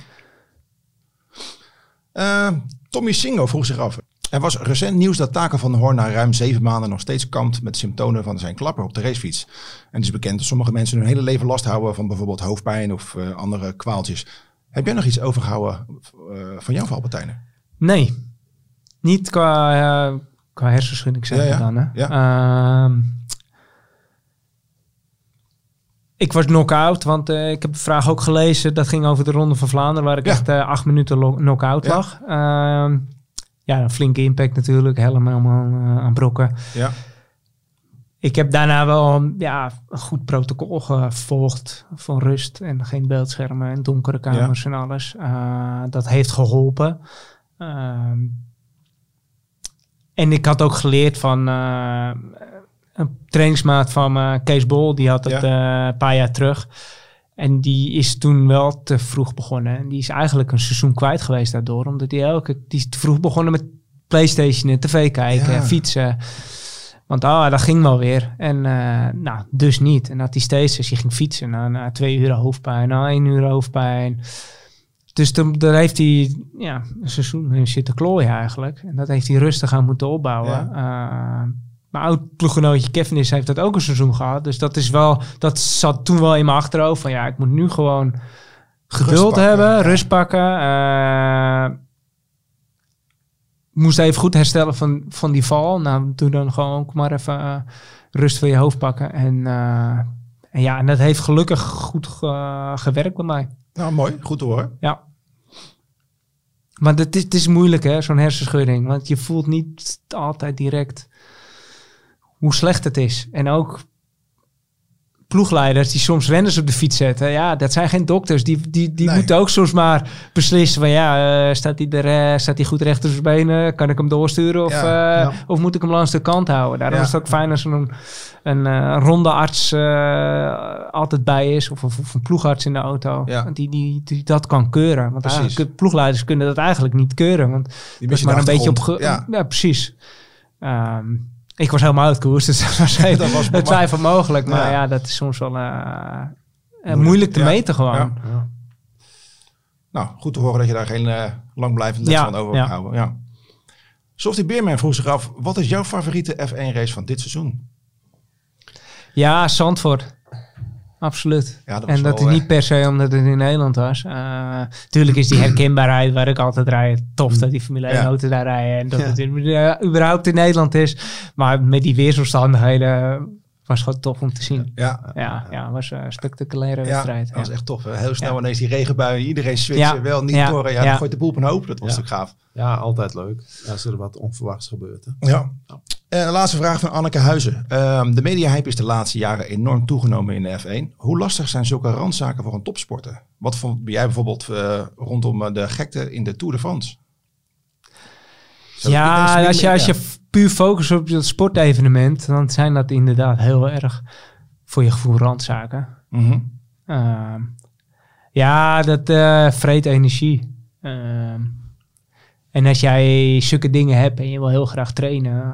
Speaker 3: Tommy Singo vroeg zich af. Er was recent nieuws dat Taco van der Hoorn na ruim 7 maanden nog steeds kampt met symptomen van zijn klapper op de racefiets. En het is bekend dat sommige mensen hun hele leven last houden van bijvoorbeeld hoofdpijn of andere kwaaltjes. Heb jij nog iets overgehouden van jouw valpartijen?
Speaker 1: Nee, niet qua hersenschudding zeg dan. Hè?
Speaker 3: Ja.
Speaker 1: Ik was knock-out, want ik heb de vraag ook gelezen. Dat ging over de Ronde van Vlaanderen, waar ik echt 8 minuten knock-out lag. Een flinke impact natuurlijk. Helemaal aan brokken. Ja. Ik heb daarna wel een goed protocol gevolgd van rust. En geen beeldschermen en donkere kamers en alles. Dat heeft geholpen. En ik had ook geleerd van een trainingsmaat van Kees Bol. Die had het een paar jaar terug. En die is toen wel te vroeg begonnen. En die is eigenlijk een seizoen kwijt geweest daardoor. Omdat die is te vroeg begonnen met PlayStation en tv kijken, fietsen. Want dat ging wel weer. En dus niet. En dat hij steeds, als je ging fietsen, na 2 uur hoofdpijn, na 1 uur hoofdpijn. Dus daar heeft hij een seizoen zitten klooien eigenlijk. En dat heeft hij rustig aan moeten opbouwen. Ja. Mijn oud-ploeggenootje Kevin heeft dat ook een seizoen gehad. Dus dat zat toen wel in mijn achterhoofd. Van ik moet nu gewoon geduld hebben, rust pakken. Moest even goed herstellen van die val. Nou, doe dan gewoon maar even rust voor je hoofd pakken. En dat heeft gelukkig goed gewerkt bij mij.
Speaker 3: Nou, mooi. Goed te horen.
Speaker 1: Ja. Maar het is moeilijk, hè, zo'n hersenschudding. Want je voelt niet altijd direct hoe slecht het is. En ook ploegleiders die soms renners op de fiets zetten. Ja, dat zijn geen dokters. Die moeten ook soms maar beslissen van staat hij goed recht op zijn benen? Kan ik hem doorsturen? Of moet ik hem langs de kant houden? Daarom is het ook fijn als er een ronde arts altijd bij is. Of een ploegarts in de auto. Ja. Die dat kan keuren. Want ploegleiders kunnen dat eigenlijk niet keuren. Want die dat is maar een beetje op... Ja, precies. Ik was helemaal uit koers, dus dat was het twijfel mogelijk. Maar dat is soms wel moeilijk te meten gewoon. Ja.
Speaker 3: Nou, goed te horen dat je daar geen langblijvend les van over kan houden. Ja. Softie Beerman vroeg zich af, wat is jouw favoriete F1-race van dit seizoen?
Speaker 1: Ja, Zandvoort. Absoluut. Ja, dat is niet per se omdat het in Nederland was. Tuurlijk is die herkenbaarheid waar ik altijd rijd tof dat die Formule 1 auto daar rijden. En dat het überhaupt in Nederland is. Maar met die weersomstandigheden was gewoon tof om te zien. Ja, was een spectaculaire wedstrijd.
Speaker 3: Dat was echt tof. Hè? Heel snel ineens die regenbuien. Iedereen switchen wel niet door. Dan gooit de boel op een hoop. Dat was ook gaaf.
Speaker 4: Ja, altijd leuk. Als er wat onverwachts gebeurt. Hè?
Speaker 3: Ja. Laatste vraag van Anneke Huizen. De mediahype is de laatste jaren enorm toegenomen in de F1. Hoe lastig zijn zulke randzaken voor een topsporter? Wat vond jij bijvoorbeeld rondom de gekte in de Tour de France?
Speaker 1: Als je puur focust op het sportevenement, dan zijn dat inderdaad heel erg voor je gevoel randzaken. Mm-hmm. Dat vreet energie. En als jij zulke dingen hebt en je wil heel graag trainen,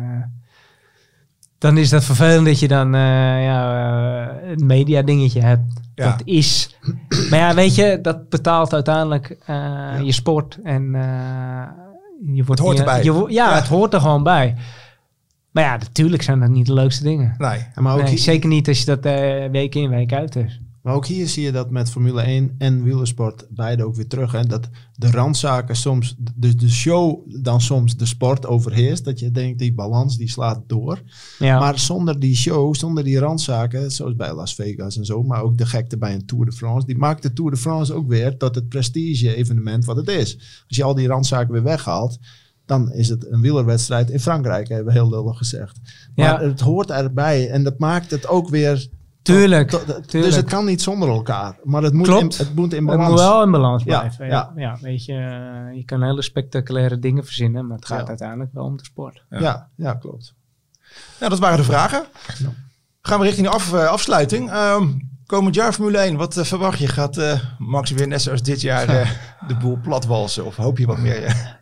Speaker 1: dan is dat vervelend dat je dan een media dingetje hebt. Ja. Dat is. Maar weet je, dat betaalt uiteindelijk je sport. En je wordt
Speaker 3: het hoort erbij.
Speaker 1: Het hoort er gewoon bij. Maar natuurlijk zijn dat niet de leukste dingen.
Speaker 3: Nee.
Speaker 1: Maar ook zeker niet als je dat week in, week uit is.
Speaker 4: Maar ook hier zie je dat met Formule 1 en wielersport beide ook weer terug. Hè? Dat de randzaken soms, de show dan soms de sport overheerst. Dat je denkt, die balans die slaat door. Ja. Maar zonder die show, zonder die randzaken, zoals bij Las Vegas en zo. Maar ook de gekte bij een Tour de France. Die maakt de Tour de France ook weer tot het prestige-evenement wat het is. Als je al die randzaken weer weghaalt, dan is het een wielerwedstrijd in Frankrijk, hebben we heel lullig gezegd. Maar het hoort erbij en dat maakt het ook weer
Speaker 1: Tuurlijk.
Speaker 4: Dus het kan niet zonder elkaar. Maar het moet, het moet in balans.
Speaker 1: Het moet wel in balans blijven.
Speaker 4: Ja.
Speaker 1: Weet je, je kan hele spectaculaire dingen verzinnen, maar het gaat uiteindelijk wel om de sport.
Speaker 4: Ja, klopt.
Speaker 3: Nou, dat waren de vragen. Ja. Gaan we richting de afsluiting. Komend jaar Formule 1, wat verwacht je? Gaat Max weer net zoals dit jaar de boel platwalsen? Of hoop je wat meer?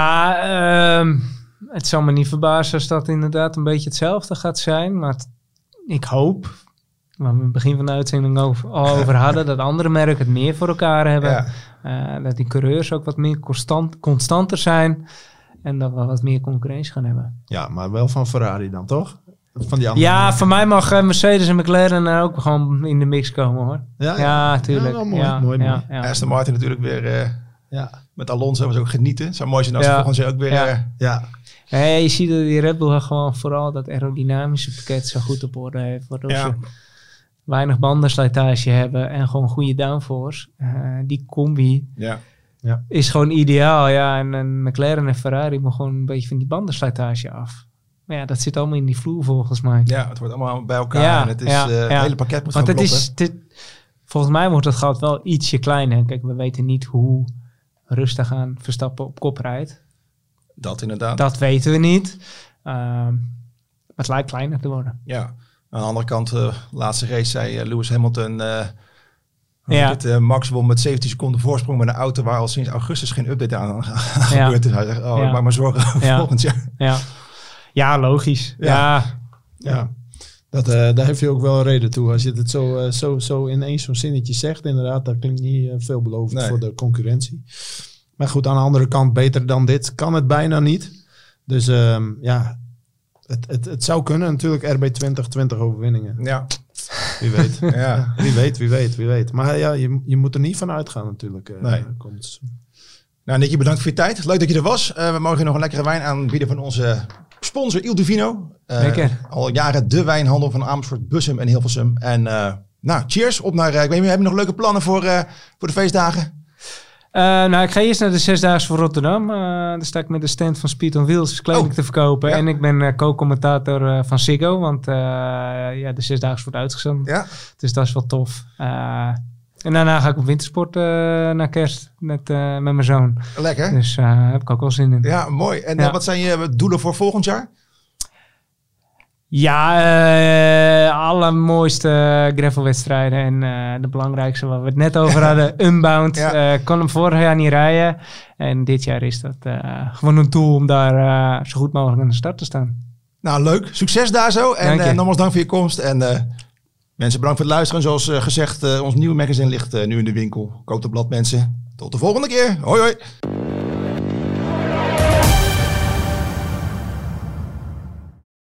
Speaker 1: Het zal me niet verbazen als dat inderdaad een beetje hetzelfde gaat zijn. Maar ik hoop, waar we in het begin van de uitzending al over hadden, dat andere merken het meer voor elkaar hebben. Ja. Dat die coureurs ook wat meer constanter zijn. En dat we wat meer concurrentie gaan hebben.
Speaker 4: Ja, maar wel van Ferrari dan, toch? Van die andere merken.
Speaker 1: Voor mij mag Mercedes en McLaren ook gewoon in de mix komen, hoor. Ja, tuurlijk.
Speaker 4: Ja, mooi.
Speaker 3: Aston Martin natuurlijk weer met Alonso was ook genieten. Het zou mooi zijn als ze volgens ook weer...
Speaker 1: Je ziet dat die Red Bull gewoon vooral dat aerodynamische pakket zo goed op orde heeft. Waardoor ze weinig bandenslijtage hebben en gewoon goede downforce. Die combi is gewoon ideaal. Ja, en McLaren en Ferrari moeten gewoon een beetje van die bandenslijtage af. Maar ja, dat zit allemaal in die vloer volgens mij.
Speaker 3: Ja, het wordt allemaal bij elkaar. En het is, het hele pakket moet gewoon kloppen.
Speaker 1: Volgens mij wordt het goud wel ietsje kleiner. Kijk, we weten niet hoe rustig aan Verstappen op kop rijdt.
Speaker 3: Dat inderdaad.
Speaker 1: Dat weten we niet. Maar het lijkt kleiner te worden.
Speaker 3: Ja. Aan de andere kant, laatste race zei Lewis Hamilton... Max won met 17 seconden voorsprong met een auto waar al sinds augustus geen update aan gebeurd is. Hij zegt, ik maak me zorgen over volgend jaar.
Speaker 1: Ja, logisch. Ja.
Speaker 4: Daar heeft hij ook wel een reden toe. Als je het zo ineens zo'n zinnetje zegt, inderdaad, dat klinkt niet veelbelovend voor de concurrentie. Maar goed, aan de andere kant, beter dan dit kan het bijna niet. Dus het zou kunnen natuurlijk RB20, 20 overwinningen.
Speaker 3: Ja.
Speaker 4: Wie weet. Wie weet. Maar je moet er niet van uitgaan natuurlijk.
Speaker 3: Nou, Nicky, bedankt voor je tijd. Leuk dat je er was. We mogen je nog een lekkere wijn aanbieden van onze sponsor Il Divino. Al jaren de wijnhandel van Amersfoort, Bussum en Hilversum. En cheers. Op naar, ik weet niet, hebben we nog leuke plannen voor de feestdagen?
Speaker 1: Ik ga eerst naar de 6-daagse van Rotterdam. Daar sta ik met de stand van Speed on Wheels kleding te verkopen. Ja. En ik ben co-commentator van Ziggo. Want de 6-daagse wordt uitgezonden. Ja. Dus dat is wel tof. En daarna ga ik op wintersport naar kerst met mijn zoon.
Speaker 3: Lekker.
Speaker 1: Dus daar heb ik ook wel zin in.
Speaker 3: Ja, mooi. En wat zijn je doelen voor volgend jaar?
Speaker 1: Ja, allermooiste gravelwedstrijden en de belangrijkste waar we het net over hadden, Unbound. Kon hem vorig jaar niet rijden. En dit jaar is dat gewoon een doel om daar zo goed mogelijk aan de start te staan. Nou, leuk. Succes daar zo. En nogmaals dank voor je komst. En mensen, bedankt voor het luisteren. Zoals gezegd, ons nieuwe magazine ligt nu in de winkel. Koop het blad, mensen. Tot de volgende keer. Hoi, hoi.